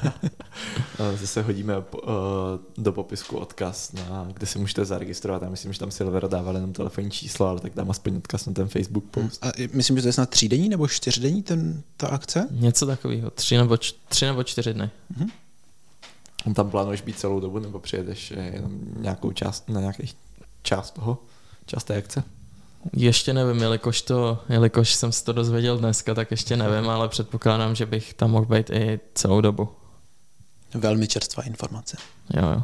Zase hodíme do popisku odkaz, na, kde si můžete zaregistrovat. Já myslím, že tam Silvero dával jenom telefonní číslo, ale tak dám aspoň odkaz na ten Facebook post. A myslím, že to je snad třídenní nebo čtyřdenní ten, ta akce? Něco takového, tři nebo, č- tři nebo čtyři dny. Mhm. Tam plánuješ být celou dobu, nebo přijedeš jenom nějakou část, na nějaký část toho, část té akce? Ještě nevím, jelikož, to, jelikož jsem se to dozvěděl dneska, tak ještě nevím, ale předpokládám, že bych tam mohl být i celou dobu. Velmi čerstvá informace. Jo, jo.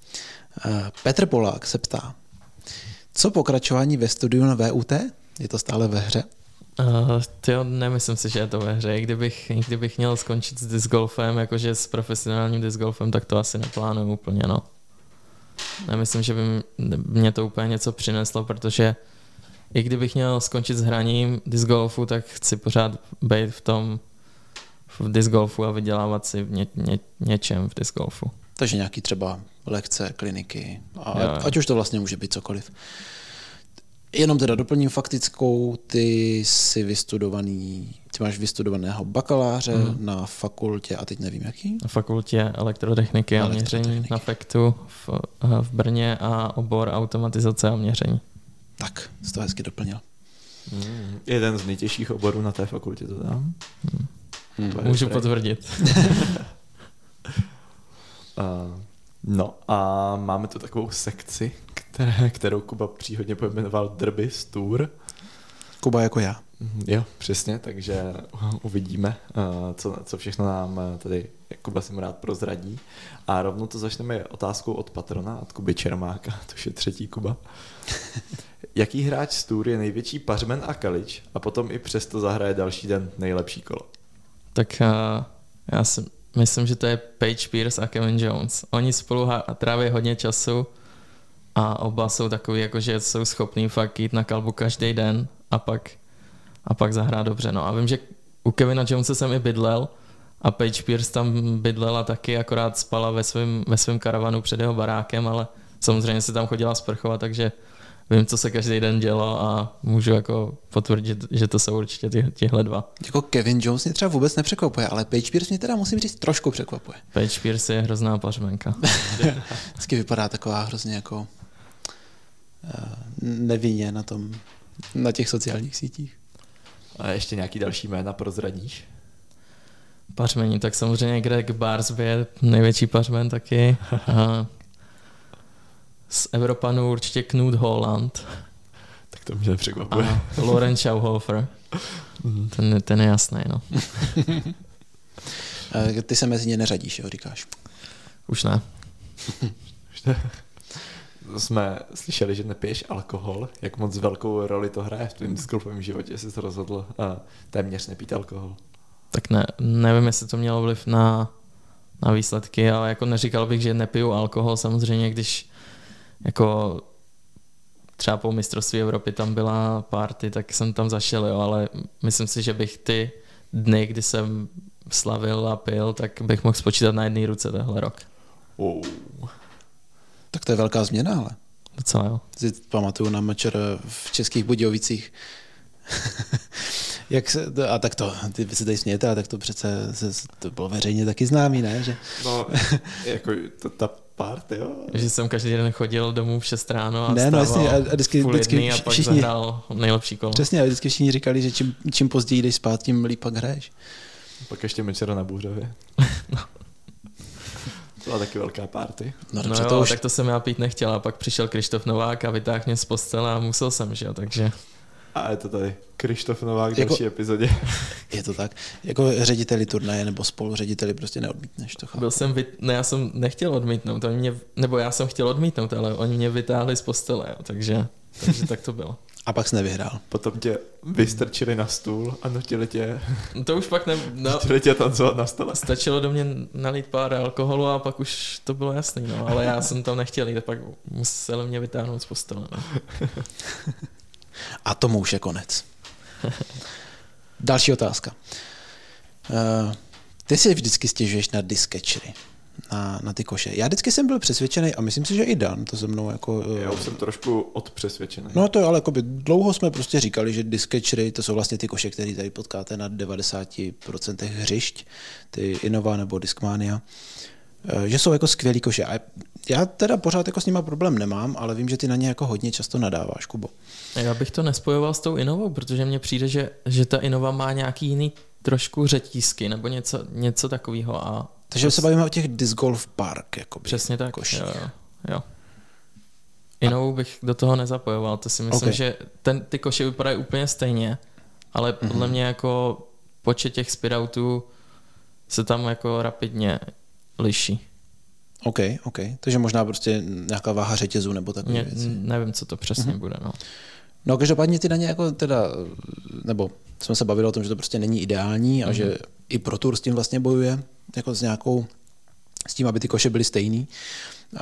Petr Polák se ptá, co pokračování ve studiu na V U T? Je to stále ve hře? Uh, tyjo, nemyslím si, že je to ve hře. I kdybych, i kdybych měl skončit s disc golfem, jakože s profesionálním disc golfem, tak to asi neplánuju úplně, no. Nemyslím, že by mě to úplně něco přineslo, protože i kdybych měl skončit s hraním disc golfu, tak chci pořád být v tom v disc golfu a vydělávat si v ně, ně, něčem v disc golfu. Takže nějaký třeba lekce, kliniky, a Jo, jo. ať už to vlastně může být cokoliv. Jenom teda doplním faktickou, ty jsi vystudovaný, ty máš vystudovaného bakaláře Mhm. na fakultě a teď nevím jaký. Na fakultě elektrotechniky a měření Elektrotechniky. na FECTu v, v Brně a obor automatizace a měření. Tak, jsi to hezky doplnil. Mm, jeden z nejtěžších oborů na té fakultě to dám. Hmm. To je Můžu dobré. potvrdit. Uh, no a máme tu takovou sekci, které, kterou Kuba příhodně pojmenoval Drbis Tour. Kuba jako já. Mhm, Jo, přesně, takže uvidíme, uh, co, co všechno nám uh, tady Kuba si mu rád prozradí. A rovnou to začneme otázkou od patrona, od Kuby Čermáka, to je třetí Kuba. Jaký hráč z Tour je největší pařmen a kalič a potom i přesto zahraje další den nejlepší kolo? Tak uh, já si myslím, že to je Paige Pierce a Kevin Jones. Oni spolu ha- tráví hodně času a oba jsou takový, jako že jsou schopní fakt jít na kalbu každý den a pak, a pak zahrát dobře. No a vím, že u Kevina Jonesa jsem i bydlel a Paige Pierce tam bydlela taky, akorát spala ve svém ve svém karavanu před jeho barákem, ale samozřejmě si tam chodila sprchovat, takže vím, co se každý den dělo a můžu jako potvrdit, že to jsou určitě ty, tihle dva. Jako Kevin Jones mě třeba vůbec nepřekvapuje, ale Paige Pierce mě teda musím říct trošku překvapuje. Paige Pierce je hrozná pařmenka. Vždycky vypadá taková hrozně jako uh, nevinně na tom, na těch sociálních sítích. A ještě nějaký další jména prozradíš? Pařmení, tak samozřejmě Greg Barsby je největší pařmen taky. A z Evropanů určitě Knut Holland Tak to mě nepřekvapuje. a Loren Schauhofer. Ten, ten je jasný, no. Uh, ty se mezi ně neřadíš, jo, říkáš. Už ne. Jsme slyšeli, že nepiješ alkohol. Jak moc velkou roli to hraje v tvém discgolfovém životě, jsi se rozhodl a téměř nepít alkohol? Tak ne, nevím, jestli to mělo vliv na, na výsledky, ale jako neříkal bych, že nepiju alkohol. Samozřejmě, když jako třeba po mistrovství Evropy tam byla party, tak jsem tam zašel, jo, ale myslím si, že bych ty dny, kdy jsem slavil a pil, tak bych mohl spočítat na jedné ruce tenhle rok. Oh. Tak to je velká změna, ale. Docela jo. Si pamatuju na mečer v Českých Budějovicích. Jak se, a tak to, ty se tady smějete, a tak to přece se, to bylo veřejně taky známý, ne? Že... No, jako to, ta party, jo. Že jsem každý den chodil domů v šest ráno a Ne, no stával jasně, a- a vždycky- v půl vždycky jedný a pak všichni- zahrál nejlepší kolo. Přesně, a vždycky všichni říkali, že čím, čím později jdeš spát, tím líp pak hraješ. Pak ještě mečera na Bůřově. To byla taky velká party. No No dobře, jo, to už... tak to jsem já pít nechtěl a pak přišel Krištof Novák a vytáhl mě z postele a musel jsem, že jo, takže A je to tady Krištof Novák v Jako- další epizodě. Je to tak. Jako řediteli turnaje nebo spoluřediteli prostě neodmítneš, to chápu. Byl jsem, vy... ne, já jsem nechtěl odmítnout, oni mě, nebo já jsem chtěl odmítnout, ale oni mě vytáhli z postele, jo, takže, takže tak to bylo. A pak jsi nevyhrál. Potom tě vystrčili na stůl a nutili tě, No to už pak ne, no, nutili tě tancovat na stole. stačilo do mě nalít pár alkoholu a pak už to bylo jasný, no, ale já jsem tam nechtěl jít, pak museli mě vytáhnout z postele. No. A tomu už je konec. Další otázka. Uh, ty si vždycky stěžuješ na disketchery, na, na ty koše. Já vždycky jsem byl přesvědčený a myslím si, že i Dan to se mnou jako... Uh, Já už jsem trošku odpřesvědčený. No to je ale jakoby, dlouho jsme prostě říkali, že disketchery to jsou vlastně ty koše, které tady potkáte na devadesát procent hřišť, ty Innova nebo Discmania, uh, že jsou jako skvělý koše. A já teda pořád jako s nima problém nemám, ale vím, že ty na ně jako hodně často nadáváš, Kubo. Já bych to nespojoval s tou Innovou, protože mně přijde, že, že ta Innova má nějaký jiný trošku řetízky nebo něco, něco takového. A Takže se bavíme o těch Disc Golf Park. Jakoby, přesně tak. koších. Jo, jo, jo. Innovou bych do toho nezapojoval. To si myslím, Okay. že ten, ty koše vypadají úplně stejně, ale podle Mhm. mě jako počet těch speedoutů se tam jako rapidně liší. OK, OK. Takže možná prostě nějaká váha řetězu nebo takové Mě, věci. nevím, co to přesně bude. No. No každopádně ty na ně jako teda, nebo jsme se bavili o tom, že to prostě není ideální a Mhm. že i Pro Tour s tím vlastně bojuje, jako s nějakou, s tím, aby ty koše byly stejný. Uh,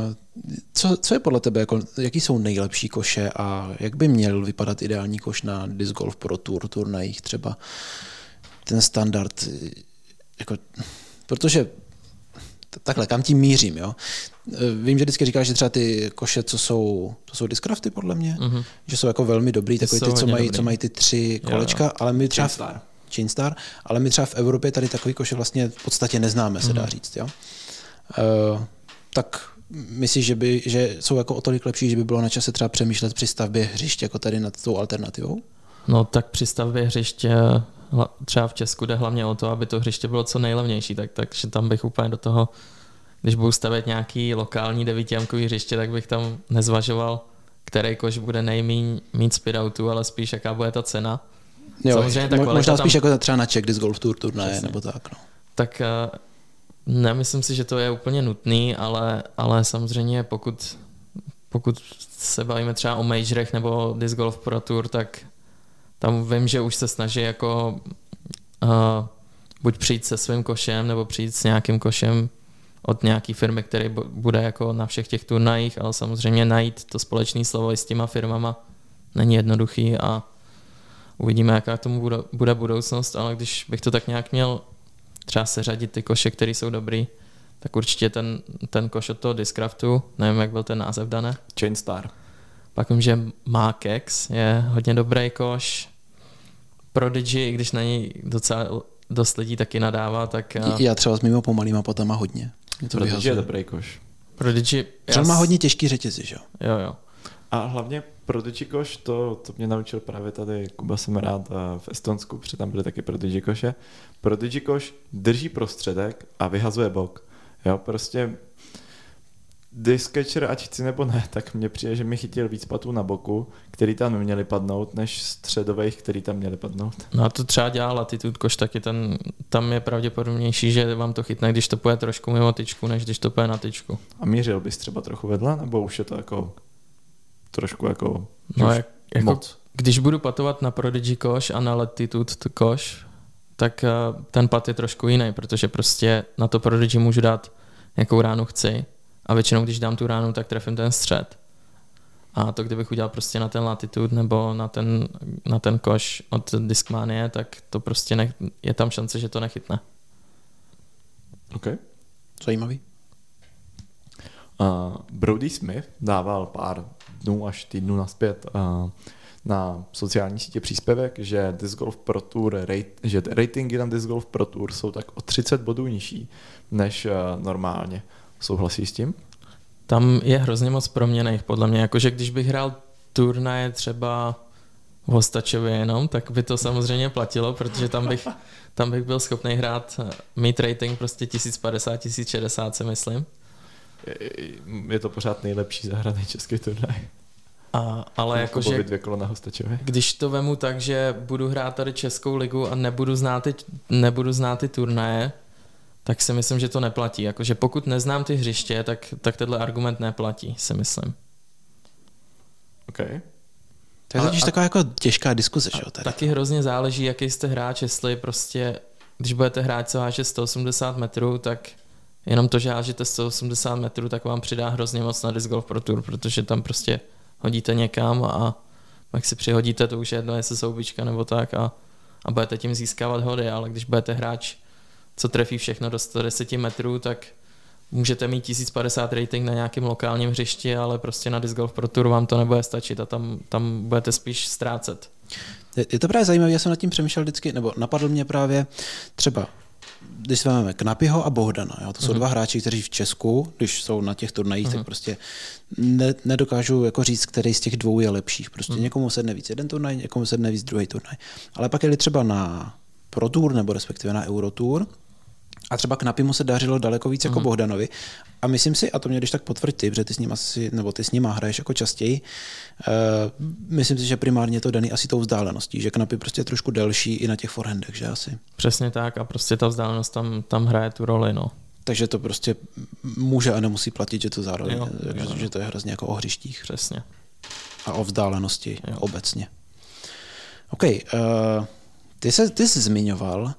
co, co je podle tebe, jako, jaký jsou nejlepší koše a jak by měl vypadat ideální koš na Disc Golf Pro Tour turnajích třeba ten standard, jako, protože takhle, kam tím mířím, jo? Vím, že vždycky říkáš, že třeba ty koše, co jsou, to jsou Discrafty podle mě, Mhm. že jsou jako velmi dobrý, takový jsou ty, co hodně mají, dobrý. co mají ty tři Jo, kolečka, jo. ale my třeba... v- Chainstar. Chainstar, ale my třeba v Evropě tady takový koše vlastně v podstatě neznáme, se dá říct, jo? Uh, tak myslíš, že, by, že jsou jako o tolik lepší, že by bylo na čase třeba přemýšlet při stavbě hřiště jako tady nad tou alternativou? No tak při stavbě hřiště hla- třeba v Česku jde hlavně o to, aby to hřiště bylo co nejlevnější, tak, takže tam bych úplně do toho, když budu stavět nějaký lokální devítiamkový hřiště, tak bych tam nezvažoval, který koš bude nejmíň mít speedoutů, ale spíš jaká bude ta cena. Jo, Samozřejmě ta mo- kvalita možná tam- spíš jako třeba na Czech Disc Golf Tour turnaje Přesně. nebo tak, no. Tak eh, nemyslím si, že to je úplně nutný, ale, ale samozřejmě pokud, pokud se bavíme třeba o majorech nebo Disc Golf Pro Tour, tak tam vím, že už se snaží jako uh, buď přijít se svým košem nebo přijít s nějakým košem od nějaký firmy, který bu- bude jako na všech těch turnajích, ale samozřejmě najít to společné slovo i s těma firmama není jednoduchý a uvidíme, jaká tomu bude, bude budoucnost, ale když bych to tak nějak měl třeba seřadit ty koše, které jsou dobrý, tak určitě ten, ten koš od toho Discraftu, nevím, jak byl ten název dané. Chainstar. Pak vím, že Makex je hodně dobrý koš. Prodigy, i když na něj docela dost lidí taky nadává, tak uh, Já třeba s mýma pomalýma potama hodně. Mě to Protože je vyhazuje. dobrý koš. Prodigy... Že on já má s- hodně těžký řetězy, že jo? Jo, jo. A hlavně Prodigy koš, to, to mě naučil právě tady Kuba Semerát v Estonsku, protože tam byly taky Prodigy koše. Prodigy koš drží prostředek a vyhazuje bok. Jo, prostě Discatcher, ať chci nebo ne, tak mně přijde, že mi chytil víc patů na boku, který tam neměli padnout, než středových, který tam měli padnout. No a to třeba dělá Latitude koš, taky ten, tam je pravděpodobnější, že vám to chytne, když to půjde trošku mimo tyčku, než když to půjde na tyčku. A mířil bys třeba trochu vedle, nebo už je to jako trošku jako, No už jak, jako, moc? když budu patovat na Prodigy koš a na Latitude t- koš, tak uh, ten pat je trošku jiný, protože prostě na to Prodigy můžu dát, jakou ránu chci a většinou, když dám tu ránu, tak trefím ten střed. A to, kdybych udělal prostě na ten Latitude nebo na ten, na ten koš od Discmanie, tak to prostě ne, je tam šance, že to nechytne. Okay. Zajímavý. Uh, Brody Smith dával pár dnů až týdnů naspět uh, na sociální sítě příspěvek, že Disc Golf Pro Tour rate, že ratingy na Disc Golf Pro Tour jsou tak o třicet bodů nižší než uh, normálně. Souhlasíš s tím? Tam je hrozně moc proměnných, podle mě. Jakože když bych hrál turnaje třeba v Hostačově jenom, tak by to samozřejmě platilo, protože tam bych, tam bych byl schopný hrát, mít rating prostě tisíc padesát, tisíc šedesát, si myslím. Je, je to pořád nejlepší zahraný český turnaj. A, ale jakože, dvě kola na Hostačově. Když to vemu tak, že budu hrát tady Českou ligu a nebudu znát ty, nebudu znát ty turnaje, tak si myslím, že to neplatí. Jakože pokud neznám ty hřiště, tak, tak tenhle argument neplatí, si myslím. Okay. To je totiž taková jako těžká diskuze, že jo? Taky hrozně záleží, jaký jste hráč, jestli prostě, když budete hráč, co háže sto osmdesát metrů, tak jenom to, že hážete sto osmdesát metrů, tak vám přidá hrozně moc na Disc Golf Pro Tour, protože tam prostě hodíte někam a jak si přihodíte, to už je jedno, jestli soubička nebo tak a, a budete tím získávat hody, ale když budete hráč, co trefí všechno do sto deset metrů, tak můžete mít tisíc padesát rating na nějakém lokálním hřišti, ale prostě na Disc Golf Pro Tour vám to nebude stačit a tam, tam budete spíš ztrácet. Je, je to právě zajímavé, já jsem nad tím přemýšlel vždycky, nebo napadl mě právě třeba, když se vezmeme Knappiho a Bohdana, jo, to jsou mm-hmm. dva hráči, kteří v Česku, když jsou na těch turnajích, mm-hmm. tak prostě ne, nedokážu jako říct, který z těch dvou je lepší. Prostě mm-hmm. někomu sedne víc jeden turnaj, někomu sedne víc druhý turnaj. Ale pak jeli třeba na Pro Tour, nebo respektive na Euro Tour, a třeba Knappimu se dařilo daleko víc jako mm. Bohdanovi. A myslím si, a to mě když tak potvrď ty, protože ty s ním asi, nebo ty s nima hraješ jako častěji, uh, myslím si, že primárně je to daný asi tou vzdáleností, že Knappi prostě je trošku delší i na těch forehandech, že asi. Přesně tak a prostě ta vzdálenost tam, tam hraje tu roli, no. Takže to prostě může a nemusí platit, že to zároveň, jo, že, jo. že to je hrozně jako o hřištích. Přesně. A o vzdálenosti jo. obecně. OK, uh, ty, se, ty jsi zmiňoval,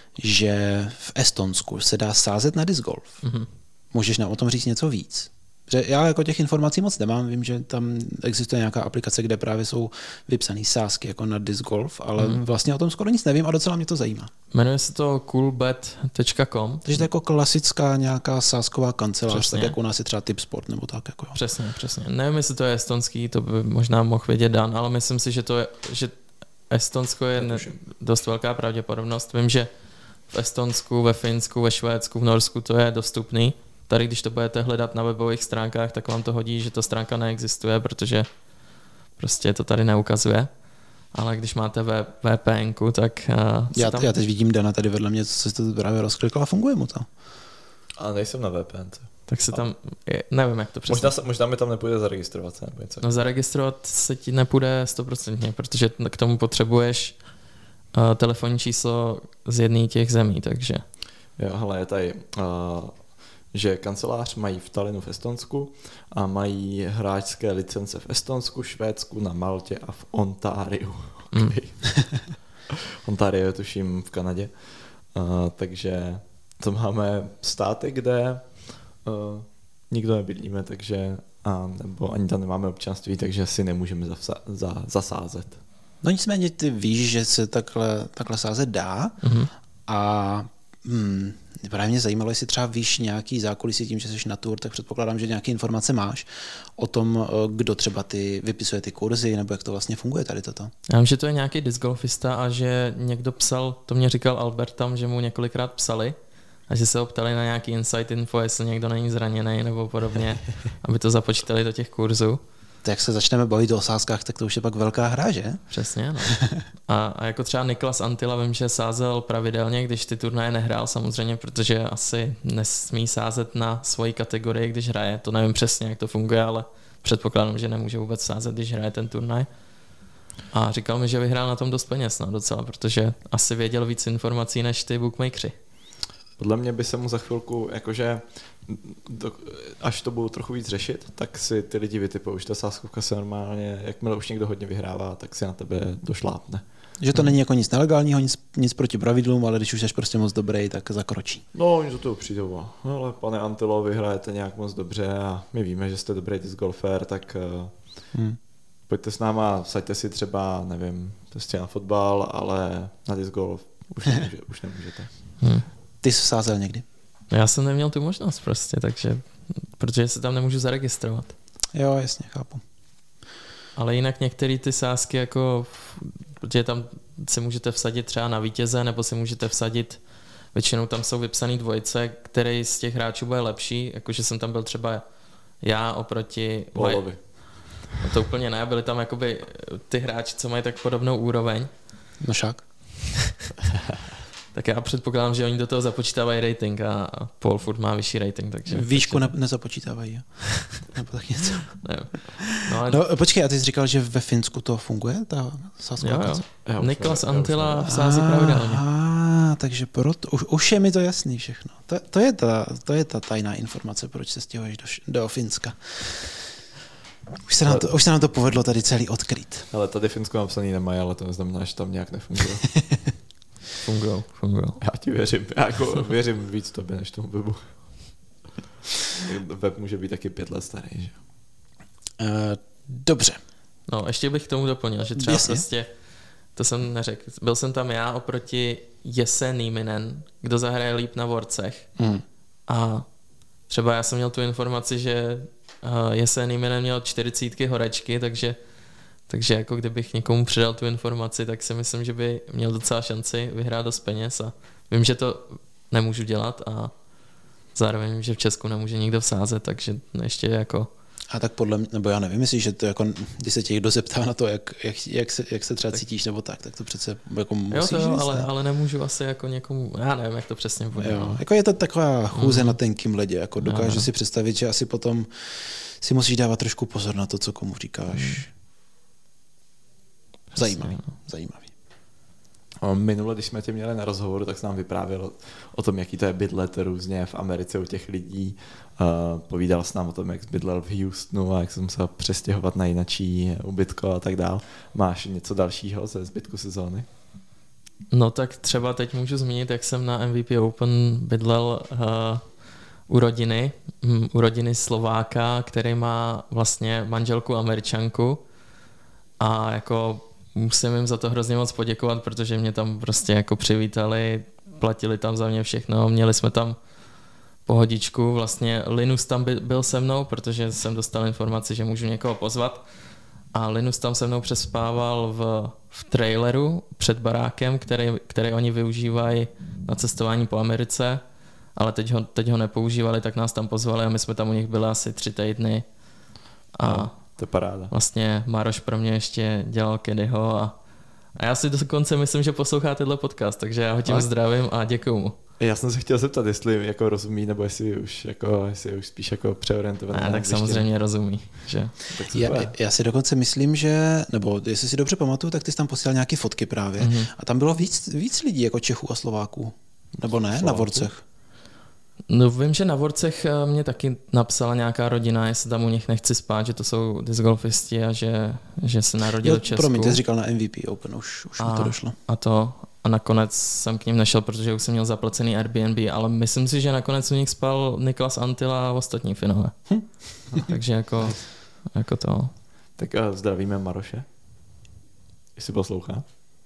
že v Estonsku se dá sázet na disc golf. Mm-hmm. Můžeš nám o tom říct něco víc? Že já jako těch informací moc nemám, vím, že tam existuje nějaká aplikace, kde právě jsou vypsané sázky jako na disc golf, ale mm-hmm. vlastně o tom skoro nic nevím a docela mě to zajímá. Jmenuje se to coolbet tečka com. Takže to je jako klasická nějaká sázková kancelář, přesně. Tak jako u nás je třeba Tipsport nebo tak. Jako jo. Přesně, přesně. Nevím, jestli to je estonský, to by možná mohl vědět Dan, ale myslím si, že to je, že Estonsko je ne, dost velká pravděpodobnost. Vím, že v Estonsku, ve Finsku, ve Švédsku, v Norsku to je dostupný. Tady, když to budete hledat na webových stránkách, tak vám to hodí, že ta stránka neexistuje, protože prostě to tady neukazuje. Ale když máte V P N ku, tak... Uh, já, tam... já teď vidím Dana tady vedle mě, co se to právě rozkliklo a funguje mu to. Ale nejsem na V P N. Tak se tam... Je, nevím, jak to přesně... Možná, možná mi tam nepůjde zaregistrovat se, nebo něco. No zaregistrovat se ti nepůjde stoprocentně, protože k tomu potřebuješ uh, telefonní číslo z jedné těch zemí, takže... Jo, hele, je tady... Uh, že kancelář mají v Tallinnu v Estonsku a mají hráčské licence v Estonsku, Švédsku, na Maltě a v Ontáriu. Okay. Mm. Ontario je tuším v Kanadě. Uh, takže to máme státy, kde uh, nikdo nebydlíme, takže a, nebo ani tam nemáme občanství, takže si nemůžeme zasa, za, zasázet. No nicméně ty víš, že se takhle, takhle sázet dá mm-hmm. a hmm, právě mě zajímalo, jestli třeba víš nějaký zákulisí tím, že jsi na tour, tak předpokládám, že nějaké informace máš o tom, kdo třeba ty vypisuje ty kurzy, nebo jak to vlastně funguje tady toto. Já vím, že to je nějaký discgolfista a že někdo psal, to mě říkal Albert tam, že mu několikrát psali a že se ho ptali na nějaký insight info, jestli někdo není zraněný nebo podobně, aby to započítali do těch kurzů. Tak jak se začneme bavit o sázkách, tak to už je pak velká hra, že? Přesně, no. A, a jako třeba Niklas Antila vím, že sázel pravidelně, když ty turnaje nehrál samozřejmě, protože asi nesmí sázet na svoji kategorii, když hraje. To nevím přesně, jak to funguje, ale předpokládám, že nemůže vůbec sázet, když hraje ten turnaj. A říkal mi, že vyhrál na tom dost peněz, no, docela, protože asi věděl víc informací než ty bookmakeri. Podle mě by se mu za chvilku, jakože do, až to budou trochu víc řešit, tak si ty lidi vytipou, že ta sázkovka se normálně, jakmile už někdo hodně vyhrává, tak si na tebe došlápne. Že to není jako nic nelegálního, nic, nic proti pravidlům, ale když už jsi prostě moc dobrý, tak zakročí. No, oni do toho přijdou. Ale pane Antilo, vy hrajete nějak moc dobře a my víme, že jste dobrý disc golfer, tak hmm. pojďte s náma, saďte si třeba, nevím, prostě na fotbal, ale na disc golf už, nemůže, už nemůžete. Hmm. Ty jsi sázel někdy? Já jsem neměl tu možnost prostě, takže, protože se tam nemůžu zaregistrovat. Jo, jasně, chápu. Ale jinak některé ty sázky, jako, protože tam si můžete vsadit třeba na vítěze, nebo si můžete vsadit, většinou tam jsou vypsané dvojice, který z těch hráčů bude lepší, jakože jsem tam byl třeba já oproti... Polovi. No to úplně ne, byli tam jakoby ty hráči, co mají tak podobnou úroveň. No však. Tak já předpokládám, že oni do toho započítávají rating a Paul furt má vyšší rating, takže... Výšku takže... ne, nezapočítávají, jo? Nebo tak něco. Nevím. No, ale... no, počkej, a ty jsi říkal, že ve Finsku to funguje, ta sázková Jo, jo. jo. Niklas Antila vsází pravidelně. A, takže proto, už, už je mi to jasný všechno. To, to, je ta, to je ta tajná informace, proč se stěhuješ do, do Finska. Už se, nám to, už se nám to povedlo tady celý odkryt. Ale tady Finsko napsaný nemají, ale to neznamená, že tam nějak nefunguje. Fungujou, fungujou. Já ti věřím, já jako věřím víc tobě než tomu webu. Web může být taky pět let starý, že? Uh, dobře. No, ještě bych k tomu doplnil, že třeba Jasně. prostě, to jsem neřekl, byl jsem tam já oproti Jesse Nieminen, kdo zahraje líp na Worcech. Hmm. A třeba já jsem měl tu informaci, že uh, Jesse Nieminen měl čtyřicítky horečky, takže Takže jako kdybych někomu předal tu informaci, tak si myslím, že by měl docela šanci vyhrát dost peněz a vím, že to nemůžu dělat a zároveň vím, že v Česku nemůže nikdo vsázet, takže ještě jako... A tak podle mě, nebo já nevím, myslíš, že to jako, když se tě někdo zeptá na to, jak, jak, jak, se, jak se třeba tak... cítíš nebo tak, tak to přece jako musíš jo, to jo, říct, ale, ale nemůžu asi jako někomu, já nevím, jak to přesně bude. Jo, jako je to taková chůze mm. na tenkým ledě, jako dokážu no. si představit, že asi potom si musíš dávat trošku pozor na to, co komu říkáš. Mm. Zajímavý, zajímavý. Minule, když jsme tě měli na rozhovoru, tak jsi nám vyprávěl o tom, jaký to je bydlet různě v Americe u těch lidí. Uh, povídal jsi nám o tom, jak jsi bydlel v Houstonu a jak jsi musel přestěhovat na jinačí ubytko a tak dál. Máš něco dalšího ze zbytku sezóny? No tak třeba teď můžu zmínit, jak jsem na M V P Open bydlel uh, u rodiny, um, u rodiny Slováka, který má vlastně manželku Američanku a jako musím jim za to hrozně moc poděkovat, protože mě tam prostě jako přivítali, platili tam za mě všechno, měli jsme tam pohodičku, vlastně Linus tam by, byl se mnou, protože jsem dostal informaci, že můžu někoho pozvat a Linus tam se mnou přespával v, v traileru před barákem, který, který oni využívají na cestování po Americe, ale teď ho, teď ho nepoužívali, tak nás tam pozvali a my jsme tam u nich byli asi tři týdny a no. To je paráda. Vlastně Maroš pro mě ještě dělal Kedyho a, a já si dokonce myslím, že poslouchá tenhle podcast, takže já ho tím a? zdravím a děkuju mu. Já jsem se chtěl zeptat, jestli jako rozumí, nebo jestli už, jako, jestli už spíš jako přeorientovaný. A tak samozřejmě rozumí. Že? Tak já, já si dokonce myslím, že, nebo jestli si dobře pamatuju, tak ty jsi tam posílal nějaké fotky právě mm-hmm. a tam bylo víc, víc lidí jako Čechů a Slováků. Nebo ne? Slováků? Na Worcech. No vím, že na Worcech mě taky napsala nějaká rodina, jestli tam u nich nechci spát, že to jsou discgolfisti a že, že se narodili v Česku. Promiň, ty jsi říkal na M V P Open, už, už a, mi to došlo. A to a nakonec jsem k ním nešel, protože už jsem měl zaplacený Airbnb, ale myslím si, že nakonec u nich spal Niklas Antila a ostatní Finové. Hm. Takže jako, jako to. Tak zdravíme Maroše, jestli poslouchá.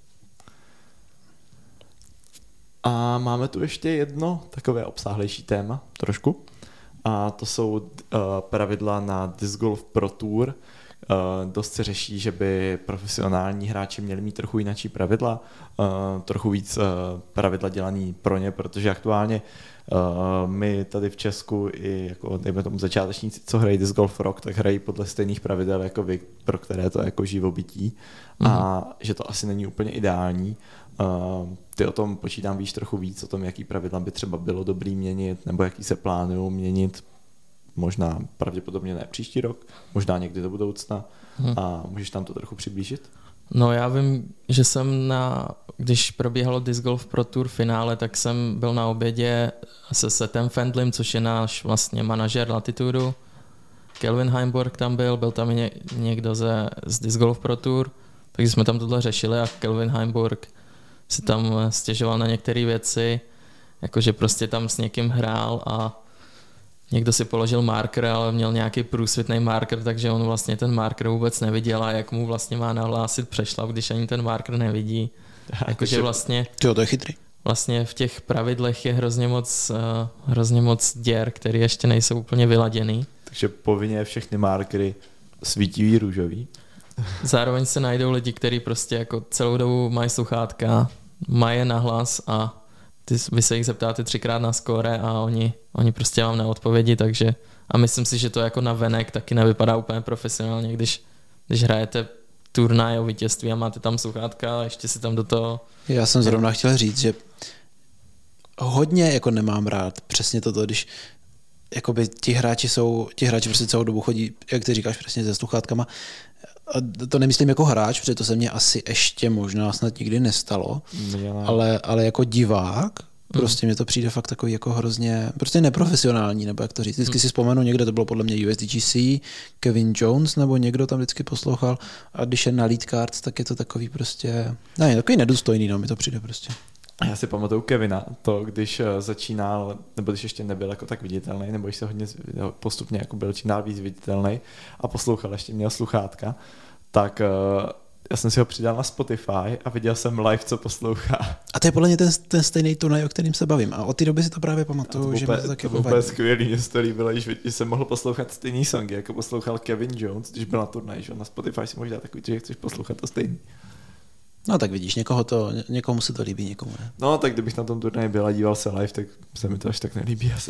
A máme tu ještě jedno takové obsáhlejší téma, trošku. A to jsou uh, pravidla na Disc Golf Pro Tour. Uh, dost se řeší, že by profesionální hráči měli mít trochu jináčí pravidla, uh, trochu víc uh, pravidla dělaný pro ně, protože aktuálně uh, my tady v Česku i jako dejme tomu začátečníci, co hrají Disc Golf Rock, tak hrají podle stejných pravidel jako vy, pro které to je jako živobytí. Mm. A že to asi není úplně ideální. Uh, ty o tom počítám víš trochu víc, o tom, jaký pravidla by třeba bylo dobrý měnit, nebo jaký se plánují měnit. Možná pravděpodobně ne příští rok, možná někdy do budoucna. Hmm. A můžeš tam to trochu přiblížit? No já vím, že jsem na, když probíhalo Disc Golf Pro Tour finále, tak jsem byl na obědě se Setem Fendlem, což je náš vlastně manažer Latitudu. Kelvin Heimburg tam byl, byl tam ně, někdo ze, z Disc Golf Pro Tour, takže jsme tam tohle řešili a Kelvin Heimburg si tam stěžoval na některé věci, jakože prostě tam s někým hrál a někdo si položil marker, ale měl nějaký průsvitný marker, takže on vlastně ten marker vůbec neviděl a jak mu vlastně má nahlásit přešlap, když ani ten marker nevidí. Jakože vlastně, jo, to je chytrý. Vlastně v těch pravidlech je hrozně moc, uh, hrozně moc děr, které ještě nejsou úplně vyladěný. Takže povinně všechny markery svítivý růžový. Zároveň se najdou lidi, kteří prostě jako celou dobu mají sluchátka, mají je nahlas a ty, vy se jich zeptáte třikrát na skóre a oni, oni prostě vám neodpovědí, takže a myslím si, že to jako na venek taky nevypadá úplně profesionálně, když, když hrajete turnaj o vítězství a máte tam sluchátka a ještě si tam do toho... Já jsem zrovna chtěl říct, že hodně jako nemám rád přesně toto, když jakoby ti hráči jsou, ti hráči prostě celou dobu chodí, jak ty říkáš, přesně se sluchátkama. A to nemyslím jako hráč, protože to se mně asi ještě možná snad nikdy nestalo, ale, ale jako divák, prostě mně to přijde fakt takový jako hrozně, prostě neprofesionální, nebo jak to říct. Vždycky si vzpomenu, někde to bylo podle mě U S D G C, Kevin Jones, nebo někdo tam vždycky poslouchal a když je na lead card, tak je to takový prostě, ne, takový nedůstojný, no, mi to přijde prostě. Já si pamatuju Kevina, to když začínal, nebo když ještě nebyl jako tak viditelný, nebo když se hodně postupně jako byl čím dál víc viditelný a poslouchal, ještě měl sluchátka, tak já jsem si ho přidal na Spotify a viděl jsem live, co poslouchá. A to je podle mě ten, ten stejný turnaj, o kterým se bavím. A od té doby si to právě pamatuju, že mi to taky bylo úplně skvělý, mě to líbilo, že jsem mohl poslouchat stejný songy, jako poslouchal Kevin Jones, když byl na turnaj, že na Spotify si možná takový, že chceš poslouchat to stejný. No tak vidíš, někoho to, někomu se to líbí, někomu ne. No tak kdybych na tom turnaji byl a díval se live, tak se mi to až tak nelíbí asi.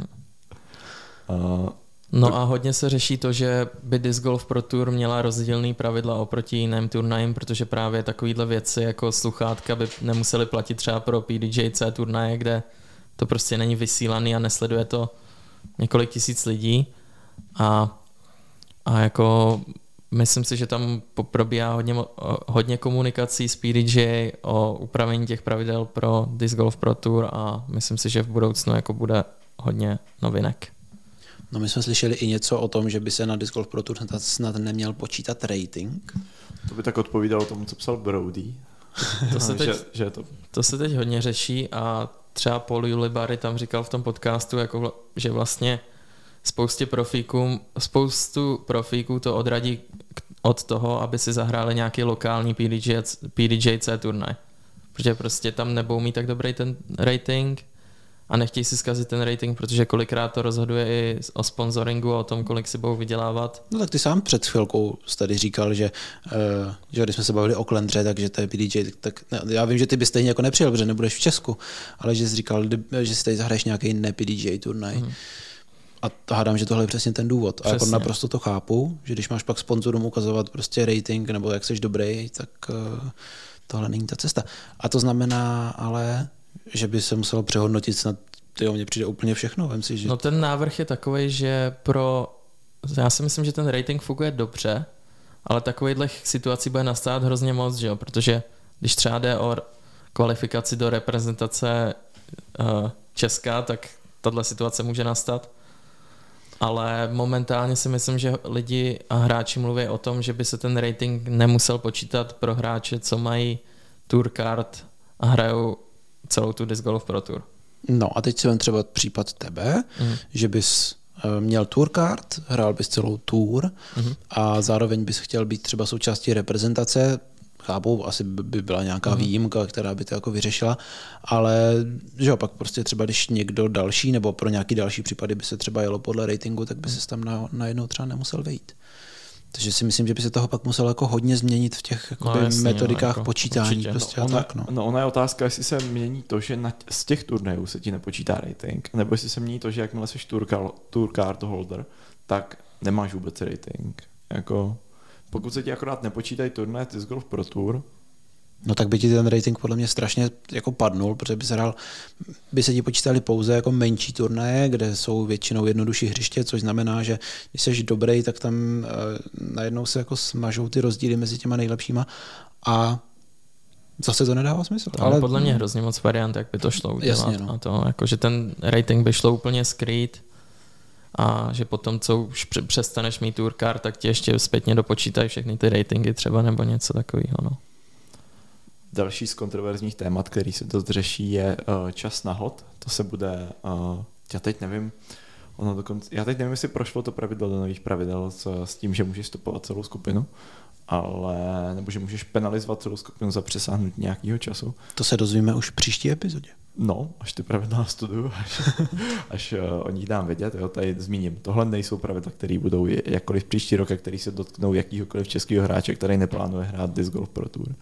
uh, no tak... a hodně se řeší to, že by Disc Golf Pro Tour měla rozdílný pravidla oproti jiným turnajím, protože právě takovýhle věci jako sluchátka by nemuseli platit třeba pro P D J C turnaje, kde to prostě není vysílaný a nesleduje to několik tisíc lidí. A, a jako... Myslím si, že tam probíhá hodně, hodně komunikací s P D J o upravení těch pravidel pro Disc Golf Pro Tour a myslím si, že v budoucnu jako bude hodně novinek. No my jsme slyšeli i něco o tom, že by se na Disc Golf Pro Tour snad neměl počítat rating. To by tak odpovídalo tomu, co psal Brody. To se teď, že, že to... to se teď hodně řeší a třeba Paul Ulibarri tam říkal v tom podcastu, jako, že vlastně Spoustě profíků, spoustu profíků to odradí od toho, aby si zahráli nějaký lokální P D J, P D J C turnaj. Protože prostě tam nebudou mít tak dobrý ten rating a nechtějí si zkazit ten rating, protože kolikrát to rozhoduje i o sponsoringu a o tom, kolik si budou vydělávat. No tak ty sám před chvilkou tady říkal, že, uh, že když jsme se bavili o Klendře, takže to je P D J, tak ne, já vím, že ty bys stejně jako nepřijel, protože nebudeš v Česku, ale že jsi říkal, že si tady zahraješ nějaký ne P D J turnaj. Hmm. A to hádám, že tohle je přesně ten důvod. Přesně. A jako naprosto to chápu, že když máš pak sponzorům ukazovat prostě rating nebo jak jsi dobrý, tak uh, tohle není ta cesta. A to znamená ale, že by se muselo přehodnotit snad, tyjo, mně přijde úplně všechno. Vem si, že... No ten návrh je takovej, že pro, já si myslím, že ten rating funguje dobře, ale takovýchhle situací bude nastávat hrozně moc, že jo? Protože když třeba jde o kvalifikaci do reprezentace uh, Česka, tak tahle situace může nastat. Ale momentálně si myslím, že lidi a hráči mluví o tom, že by se ten rating nemusel počítat pro hráče, co mají tour card a hrajou celou tu Disc Golf Pro Tour. No a teď si vem třeba případ tebe, mm. že bys měl tour card, hrál bys celou tour mm. a zároveň bys chtěl být třeba součástí reprezentace. Chápu, asi by byla nějaká mm. výjimka, která by to jako vyřešila, ale že jo, pak prostě třeba když někdo další nebo pro nějaký další případy by se třeba jelo podle ratingu, tak by se tam na, najednou třeba nemusel vejít. Takže si myslím, že by se toho pak muselo jako hodně změnit v těch no, jasný, metodikách no, jako, počítání. Prostě no, a ona, tak, no. no ona je otázka, jestli se mění to, že na, z těch turnajů se ti nepočítá rating, nebo jestli se mění to, že jakmile jsi tour, tour card holder, tak nemáš vůbec rating. Jako... Pokud se ti akorát nepočítají turnaje Disc Golf Pro Tour, no tak by ti ten rating podle mě strašně jako padnul, protože by se, hrál, by se ti počítali pouze jako menší turnaje, kde jsou většinou jednodušší hřiště, což znamená, že když jsi dobrý, tak tam uh, najednou se jako smažou ty rozdíly mezi těma nejlepšíma a zase to nedává smysl. To ale podle mě hrozně moc variant, jak by to šlo udělat. Jasně, no. A to, jako, že ten rating by šlo úplně skrýt a že potom, co už přestaneš mít tour card, tak ti ještě zpětně dopočítají všechny ty ratingy třeba nebo něco takového. No. Další z kontroverzních témat, který se dost řeší, je uh, čas na hod. To se bude, uh, já teď nevím, ono dokonce, já teď nevím, jestli prošlo to pravidlo do nových pravidel s, s tím, že můžeš stopovat celou skupinu, ale nebo že můžeš penalizovat celou skupinu za přesáhnutí nějakého času. To se dozvíme už v příští epizodě. No, až ty pravidla nastuduju, až, až uh, o nich dám vědět, jo, tady zmíním. Tohle nejsou pravidla, které budou jakkoliv příští rok, a které se dotknou jakýhokoliv českého hráče, který neplánuje hrát Disc Golf Pro Tour.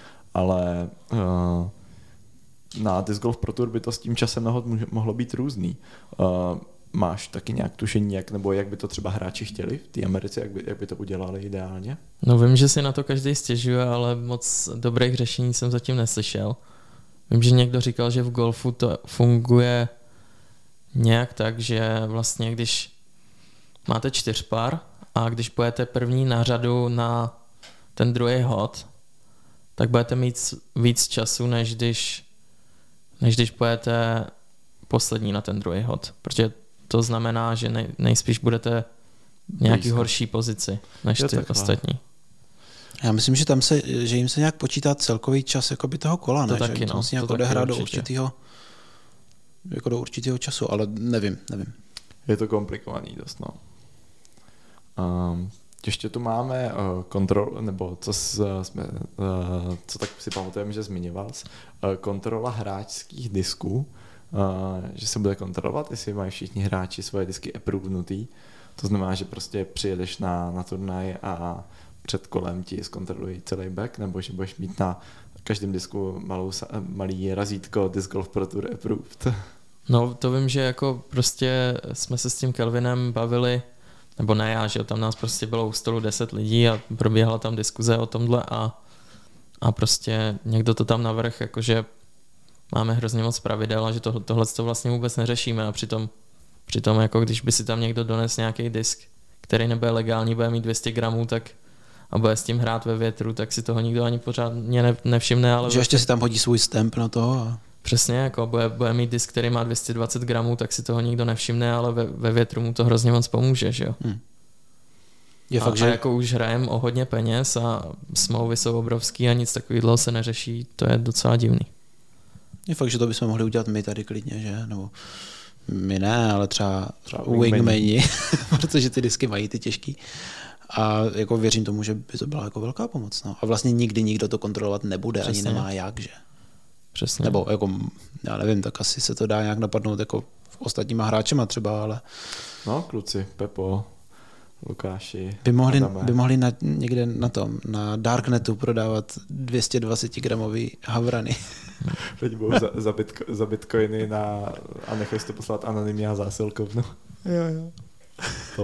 Ale uh, na Disc Golf Pro Tour by to s tím časem nahod mohlo být různý. Uh, máš taky nějak tušení, jak, nebo jak by to třeba hráči chtěli v té Americe, jak by, jak by to udělali ideálně? No vím, že si na to každý stěžuje, ale moc dobrých řešení jsem zatím neslyšel. Vím, že někdo říkal, že v golfu to funguje nějak tak, že vlastně když máte čtyřpar a když pojete první na řadu na ten druhý hod, tak budete mít víc času, než když, než když pojete poslední na ten druhý hod. Protože to znamená, že nej, nejspíš budete v nějaký Blízko. horší pozici než ty ostatní. Já myslím, že tam se, že jim se nějak počítá celkový čas jakoby toho kola, to ne? Taky, že no, to musí nějak odehrát do určitého jako do určitého času, ale nevím, nevím. Je to komplikovaný dost, no. Um, ještě tu máme uh, kontrol, nebo co, s, jsme, uh, co tak si pamatujeme, že zmiňoval jsi, uh, kontrola hráčských disků, uh, že se bude kontrolovat, jestli mají všichni hráči svoje disky approvenutý. To znamená, že prostě přijedeš na, na turnaj a před kolem ti zkontrolují celý back, nebo že budeš mít na každém disku malou, malý razítko Disc Golf Pro Tour Approved. No to vím, že jako prostě jsme se s tím Kelvinem bavili, nebo ne já, že tam nás prostě bylo u stolu deset lidí a probíhala tam diskuze o tomhle a, a prostě někdo to tam navrch, jakože máme hrozně moc pravidel a že to, tohle to vlastně vůbec neřešíme a přitom, přitom jako když by si tam někdo dones nějaký disk, který nebude legální, bude mít dvě stě gramů, tak a bude s tím hrát ve větru, tak si toho nikdo ani pořádně ne, nevšimne. Ale že ještě si tam hodí svůj stamp na to. A... Přesně, jako bude, bude mít disk, který má dvě stě dvacet gramů, tak si toho nikdo nevšimne, ale ve, ve větru mu to hrozně moc pomůže, že jo. Hmm. Je a, fakt, že... a jako už hrajem o hodně peněz a smlouvy jsou obrovský a nic takového se neřeší, to je docela divný. Je fakt, že to bychom mohli udělat my tady klidně, že? Nebo my ne, ale třeba, třeba wingmani, protože ty disky mají ty těžký. A jako věřím tomu, že by to byla jako velká pomoc. No. A vlastně nikdy nikdo to kontrolovat nebude, Přesně. ani nemá jak, že? Přesně. Nebo jako, já nevím, tak asi se to dá nějak napadnout jako ostatníma hráčema třeba, ale... No, kluci, Pepo, Lukáši, by mohli, by mohli na, někde na tom, na Darknetu prodávat dvě stě dvacet gramový havrany. Teď budou za, za, bitko, za bitcoiny na, a nechají si to poslat anonymně a zásilkovnu. Jo, jo. Top.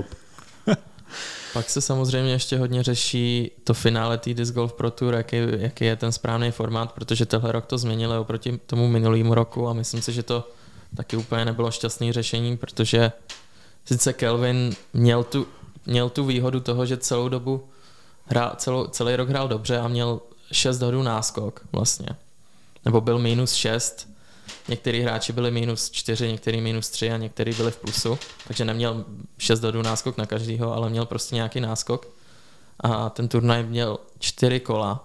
Pak se samozřejmě ještě hodně řeší to finále té Disc Golf Pro Tour, jaký, jaký je ten správný formát, protože tenhle rok to změnili oproti tomu minulému roku a myslím si, že to taky úplně nebylo šťastné řešení, protože sice Kelvin měl tu, měl tu výhodu toho, že celou dobu hrál, celou, celý rok hrál dobře a měl šest hodů náskok vlastně. Nebo byl minus šest, některý hráči byli minus čtyři, některý minus tři a některý byli v plusu, takže neměl šest hodů náskok na každýho, ale měl prostě nějaký náskok a ten turnaj měl čtyři kola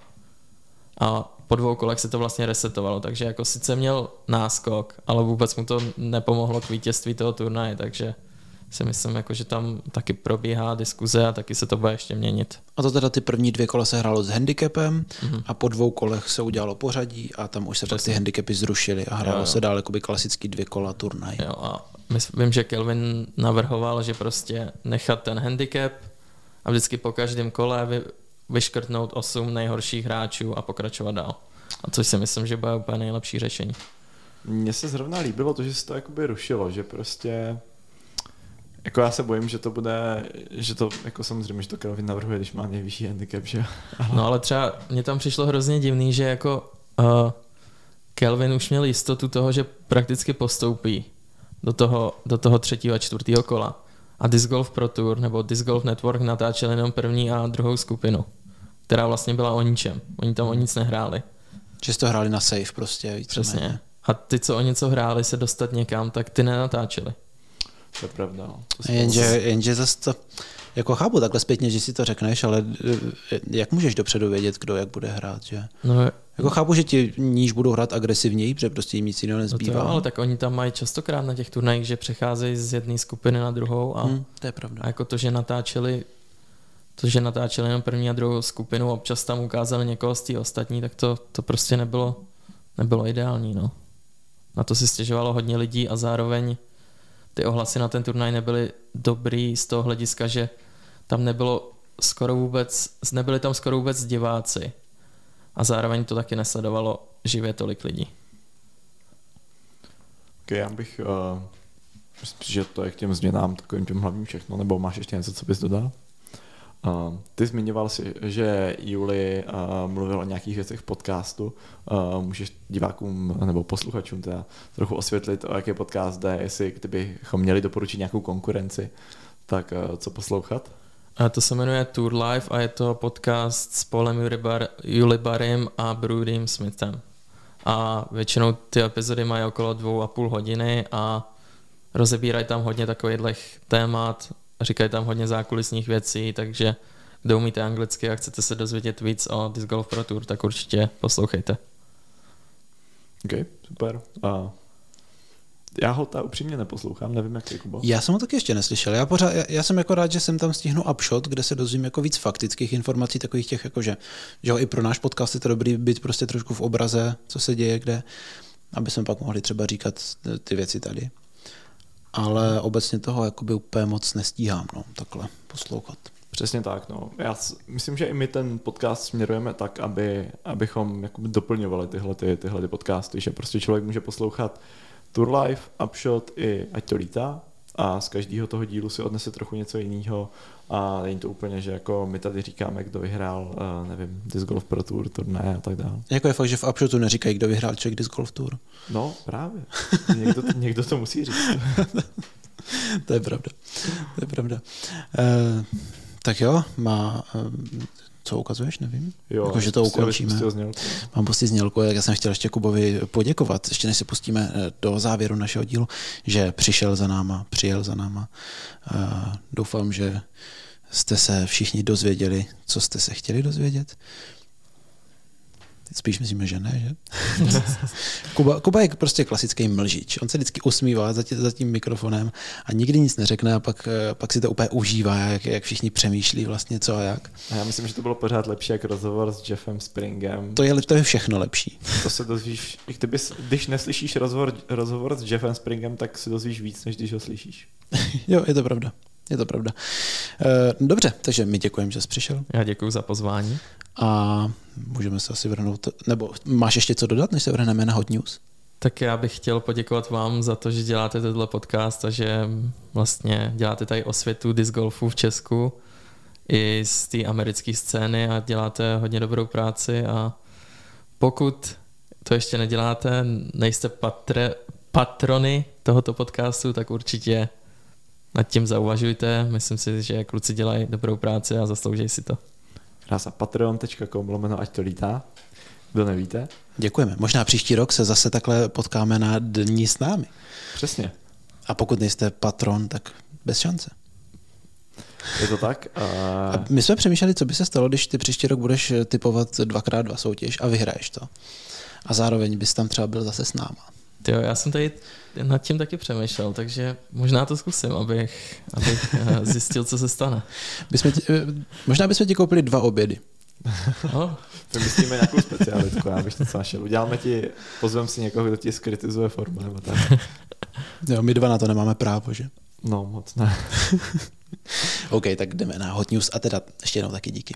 a po dvou kolech se to vlastně resetovalo, takže jako sice měl náskok, ale vůbec mu to nepomohlo k vítězství toho turnaje, takže si myslím, jako, že tam taky probíhá diskuze a taky se to bude ještě měnit. A to teda ty první dvě kola se hrálo s handicapem mm-hmm. a po dvou kolech se udělalo pořadí a tam už se pak ty handicapy zrušily a hrálo jo, jo. se dál jakoby klasický dvě kola turnaj. Jo, a vím, že Kelvin navrhoval, že prostě nechat ten handicap a vždycky po každém kole vy, vyškrtnout osm nejhorších hráčů a pokračovat dál. A což si myslím, že bude úplně nejlepší řešení. Mně se zrovna líbilo to, že se to jakoby rušilo, že prostě jako já se bojím, že to bude, že to jako samozřejmě, že to Kelvin navrhuje, když má nejvyšší handicap, že? No ale třeba mně tam přišlo hrozně divný, že jako uh, Kelvin už měl jistotu toho, že prakticky postoupí do toho, do toho třetího a čtvrtého kola. A Disc Golf Pro Tour nebo Disc Golf Network natáčel jenom první a druhou skupinu, která vlastně byla o ničem. Oni tam o nic nehráli. Že to hráli na safe prostě. Víc Přesně. Méně. A ty, co o něco hráli se dostat někam, tak ty nenatáčeli. To je pravda. No. To jenže, jenže zase to, jako chápu takhle zpětně, že si to řekneš, ale jak můžeš dopředu vědět, kdo jak bude hrát, že? No, jako chápu, že ti níž budou hrát agresivněji, protože prostě jim nic jiného nezbývá. No to, ale tak oni tam mají častokrát na těch turnajích, že přecházejí z jedné skupiny na druhou a, hmm, to je pravda. A jako to, že natáčeli to, že natáčeli jenom první a druhou skupinu, občas tam ukázali někoho z té ostatní, tak to, to prostě nebylo, nebylo ideální, no. Na to si stěžovalo hodně lidí a zároveň ty ohlasy na ten turnaj nebyly dobrý z toho hlediska, že tam nebylo skoro vůbec, nebyli tam skoro vůbec diváci a zároveň to taky nesledovalo živě tolik lidí. Ok, já bych, uh, myslím, že to je k těm změnám takovým těm hlavním všechno, nebo máš ještě něco, co bys dodal? Uh, ty zmiňoval si, že Juli uh, mluvil o nějakých věcech podcastu. Uh, můžeš divákům nebo posluchačům teda trochu osvětlit, o jaký podcast jde, jestli kdybychom měli doporučit nějakou konkurenci, tak uh, co poslouchat? A to se jmenuje Tour Life a je to podcast s Paulem Julibarem a Brudym Smithem. A většinou ty epizody mají okolo dvou a půl hodiny a rozebírají tam hodně takových témat, říkají tam hodně zákulisních věcí, takže kdo umíte anglicky a chcete se dozvědět víc o Disc Golf Pro Tour, tak určitě poslouchejte. Ok, super. Uh, já ho ta upřímně neposlouchám, nevím, jak je, Kubo. Já jsem ho taky ještě neslyšel. Já, pořád, já, já jsem jako rád, že jsem tam stihnu Upshot, kde se dozvím jako víc faktických informací, takových těch, jakože, že i pro náš podcast je to dobrý být prostě trošku v obraze, co se děje, kde, aby jsme pak mohli třeba říkat ty věci tady. Ale obecně toho jakoby úplně moc nestíhám, no, takhle poslouchat. Přesně tak, no. Já myslím, že i my ten podcast směrujeme tak, aby, abychom jakoby doplňovali tyhle, ty, tyhle ty podcasty, že prostě člověk může poslouchat Tour Life, Upshot i Ať to lítá a z každého toho dílu si odnese trochu něco jiného a není to úplně, že jako my tady říkáme, kdo vyhrál, uh, nevím, Disc Golf Pro Tour, turné a tak dále. Jako je fakt, že v Upshotu neříkají, kdo vyhrál Czech Disc Golf Tour. No, právě. Někdo, někdo to musí říct. To je pravda. To je pravda. Uh, tak jo, má... Uh, co ukazuješ, nevím? Jo, jako, že to ukončíme. Mám pustit znělku, jak já jsem chtěl ještě Kubovi poděkovat, ještě než se pustíme do závěru našeho dílu, že přišel za náma, přijel za náma. Uh, doufám, že jste se všichni dozvěděli, co jste se chtěli dozvědět. Spíš myslím, že ne, že? Kuba, Kuba je prostě klasický mlžič. On se vždycky usmívá za, tě, za tím mikrofonem a nikdy nic neřekne a pak, pak si to úplně užívá, jak, jak všichni přemýšlí vlastně co a jak. A já myslím, že to bylo pořád lepší jak rozhovor s Jeffem Springem. To je, to je všechno lepší. To se dozvíš, kdyby, když neslyšíš rozhovor, rozhovor s Jeffem Springem, tak si dozvíš víc, než když ho slyšíš. Jo, je to pravda. Je to pravda. Dobře, takže my děkujeme, že jsi přišel. Já děkuji za pozvání. A můžeme se asi vrhnout, nebo máš ještě co dodat, než se vrhneme na Hot News? Tak já bych chtěl poděkovat vám za to, že děláte tenhle podcast a že vlastně děláte tady osvětu disc golfu v Česku i z té americké scény a děláte hodně dobrou práci a pokud to ještě neděláte, nejste patre, patrony tohoto podcastu, tak určitě nad tím zauvažujte. Myslím si, že kluci dělají dobrou práci a zaslouží si to. Krása, patreon tečka com lomeno ať to lítá. Kdo nevíte? Děkujeme. Možná příští rok se zase takhle potkáme na Dní s námi. Přesně. A pokud nejste patron, tak bez šance. Je to tak? A... a my jsme přemýšleli, co by se stalo, když ty příští rok budeš typovat dvakrát dva soutěž a vyhraješ to. A zároveň bys tam třeba byl zase s náma. Jo, já jsem tady nad tím taky přemýšlel, takže možná to zkusím, abych, abych zjistil, co se stane. Bychom ti, možná bychom ti koupili dva obědy. No. Vymyslíme nějakou specialitku, já bych něco našel. Uděláme ti, pozvem si někoho, kdo ti skritizuje formu, nebo tak. Jo, my dva na to nemáme právo, že? No, moc ne. OK, tak jdeme na Hot News a teda ještě jednou taky díky.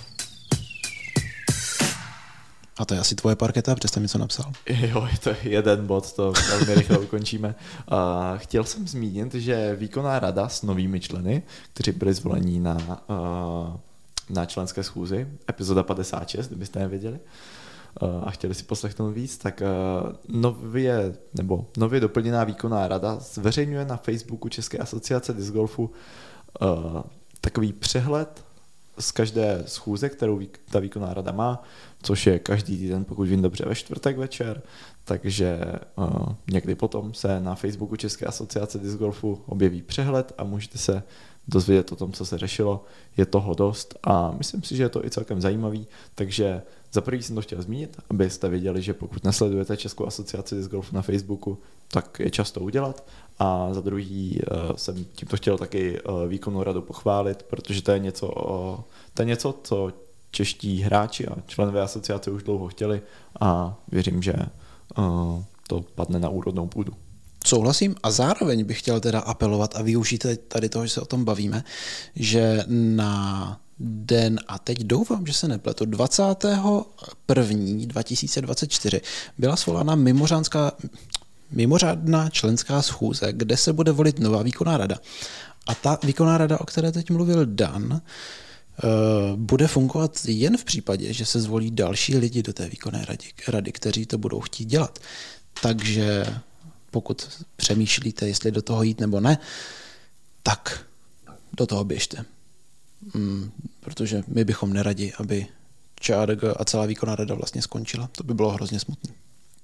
A to je asi tvoje parketa, protože jsem něco napsal. Jo, je to jeden bod, to velmi rychle ukončíme. Uh, chtěl jsem zmínit, že výkonná rada s novými členy, kteří byli zvolení na, uh, na členské schůzi, epizoda padesát šest, kdybyste nevěděli, uh, a chtěli si poslechnout víc, tak uh, nově, nebo nově doplněná výkonná rada zveřejňuje na Facebooku České asociace disc golfu uh, takový přehled z každé schůze, kterou ta výkonná rada má, což je každý týden, pokud vím dobře, ve čtvrtek večer, takže uh, někdy potom se na Facebooku České asociace disc golfu objeví přehled a můžete se dozvědět o tom, co se řešilo. Je toho dost a myslím si, že je to i celkem zajímavý, takže za prvý jsem to chtěl zmínit, abyste věděli, že pokud nesledujete Českou asociaci disc golfu na Facebooku, tak je čas to udělat. A za druhý uh, jsem tímto chtěl taky uh, výkonnou radu pochválit, protože to je něco, uh, to je něco, co čeští hráči a členové asociace už dlouho chtěli a věřím, že uh, to padne na úrodnou půdu. Souhlasím a zároveň bych chtěl teda apelovat a využít tady toho, že se o tom bavíme, že na den, a teď doufám, že se nepletu, dvacátého prvního dva tisíce dvacet čtyři byla svolána mimořádská, mimořádná členská schůze, kde se bude volit nová výkonná rada. A ta výkonná rada, o které teď mluvil Dan, bude fungovat jen v případě, že se zvolí další lidi do té výkonné rady, rady, kteří to budou chtít dělat. Takže pokud přemýšlíte, jestli do toho jít nebo ne, tak do toho běžte. Hmm, protože my bychom neradi, aby ČADG a celá výkonná rada vlastně skončila. To by bylo hrozně smutné.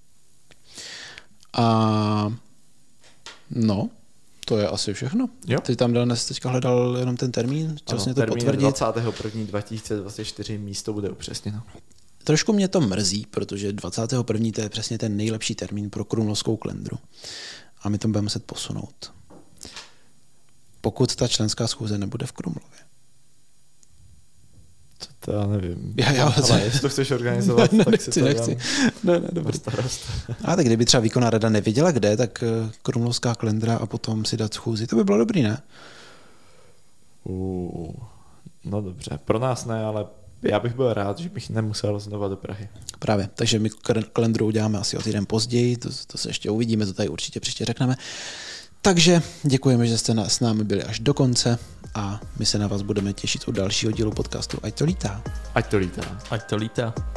A no, to je asi všechno. Jo. Ty tam dnes teďka hledal jenom ten termín, chtěl jsi to potvrdit. dvacátého prvního dva tisíce dvacet čtyři místo bude upřesněno. Trošku mě to mrzí, protože dvacátého prvního to je přesně ten nejlepší termín pro krumlovskou klendru. A my to budeme muset posunout. Pokud ta členská schůze nebude v Krumlově. To já nevím. Já, já, ale jestli to chceš organizovat, ne, tak nechci, si to nechci. Ne, ne, dobrý. A tak kdyby třeba výkonná rada nevěděla kde, tak krumlovská klendra a potom si dát schůzi, to by bylo dobrý, ne? Uh, no dobře, pro nás ne, ale já bych byl rád, že bych nemusel znova do Prahy. Právě, takže my klendru uděláme asi o týden později, to, to se ještě uvidíme, to tady určitě příště řekneme. Takže děkujeme, že jste s námi byli až do konce a my se na vás budeme těšit u dalšího dílu podcastu Ať to lítá. Ať to lítá. Ať to lítá.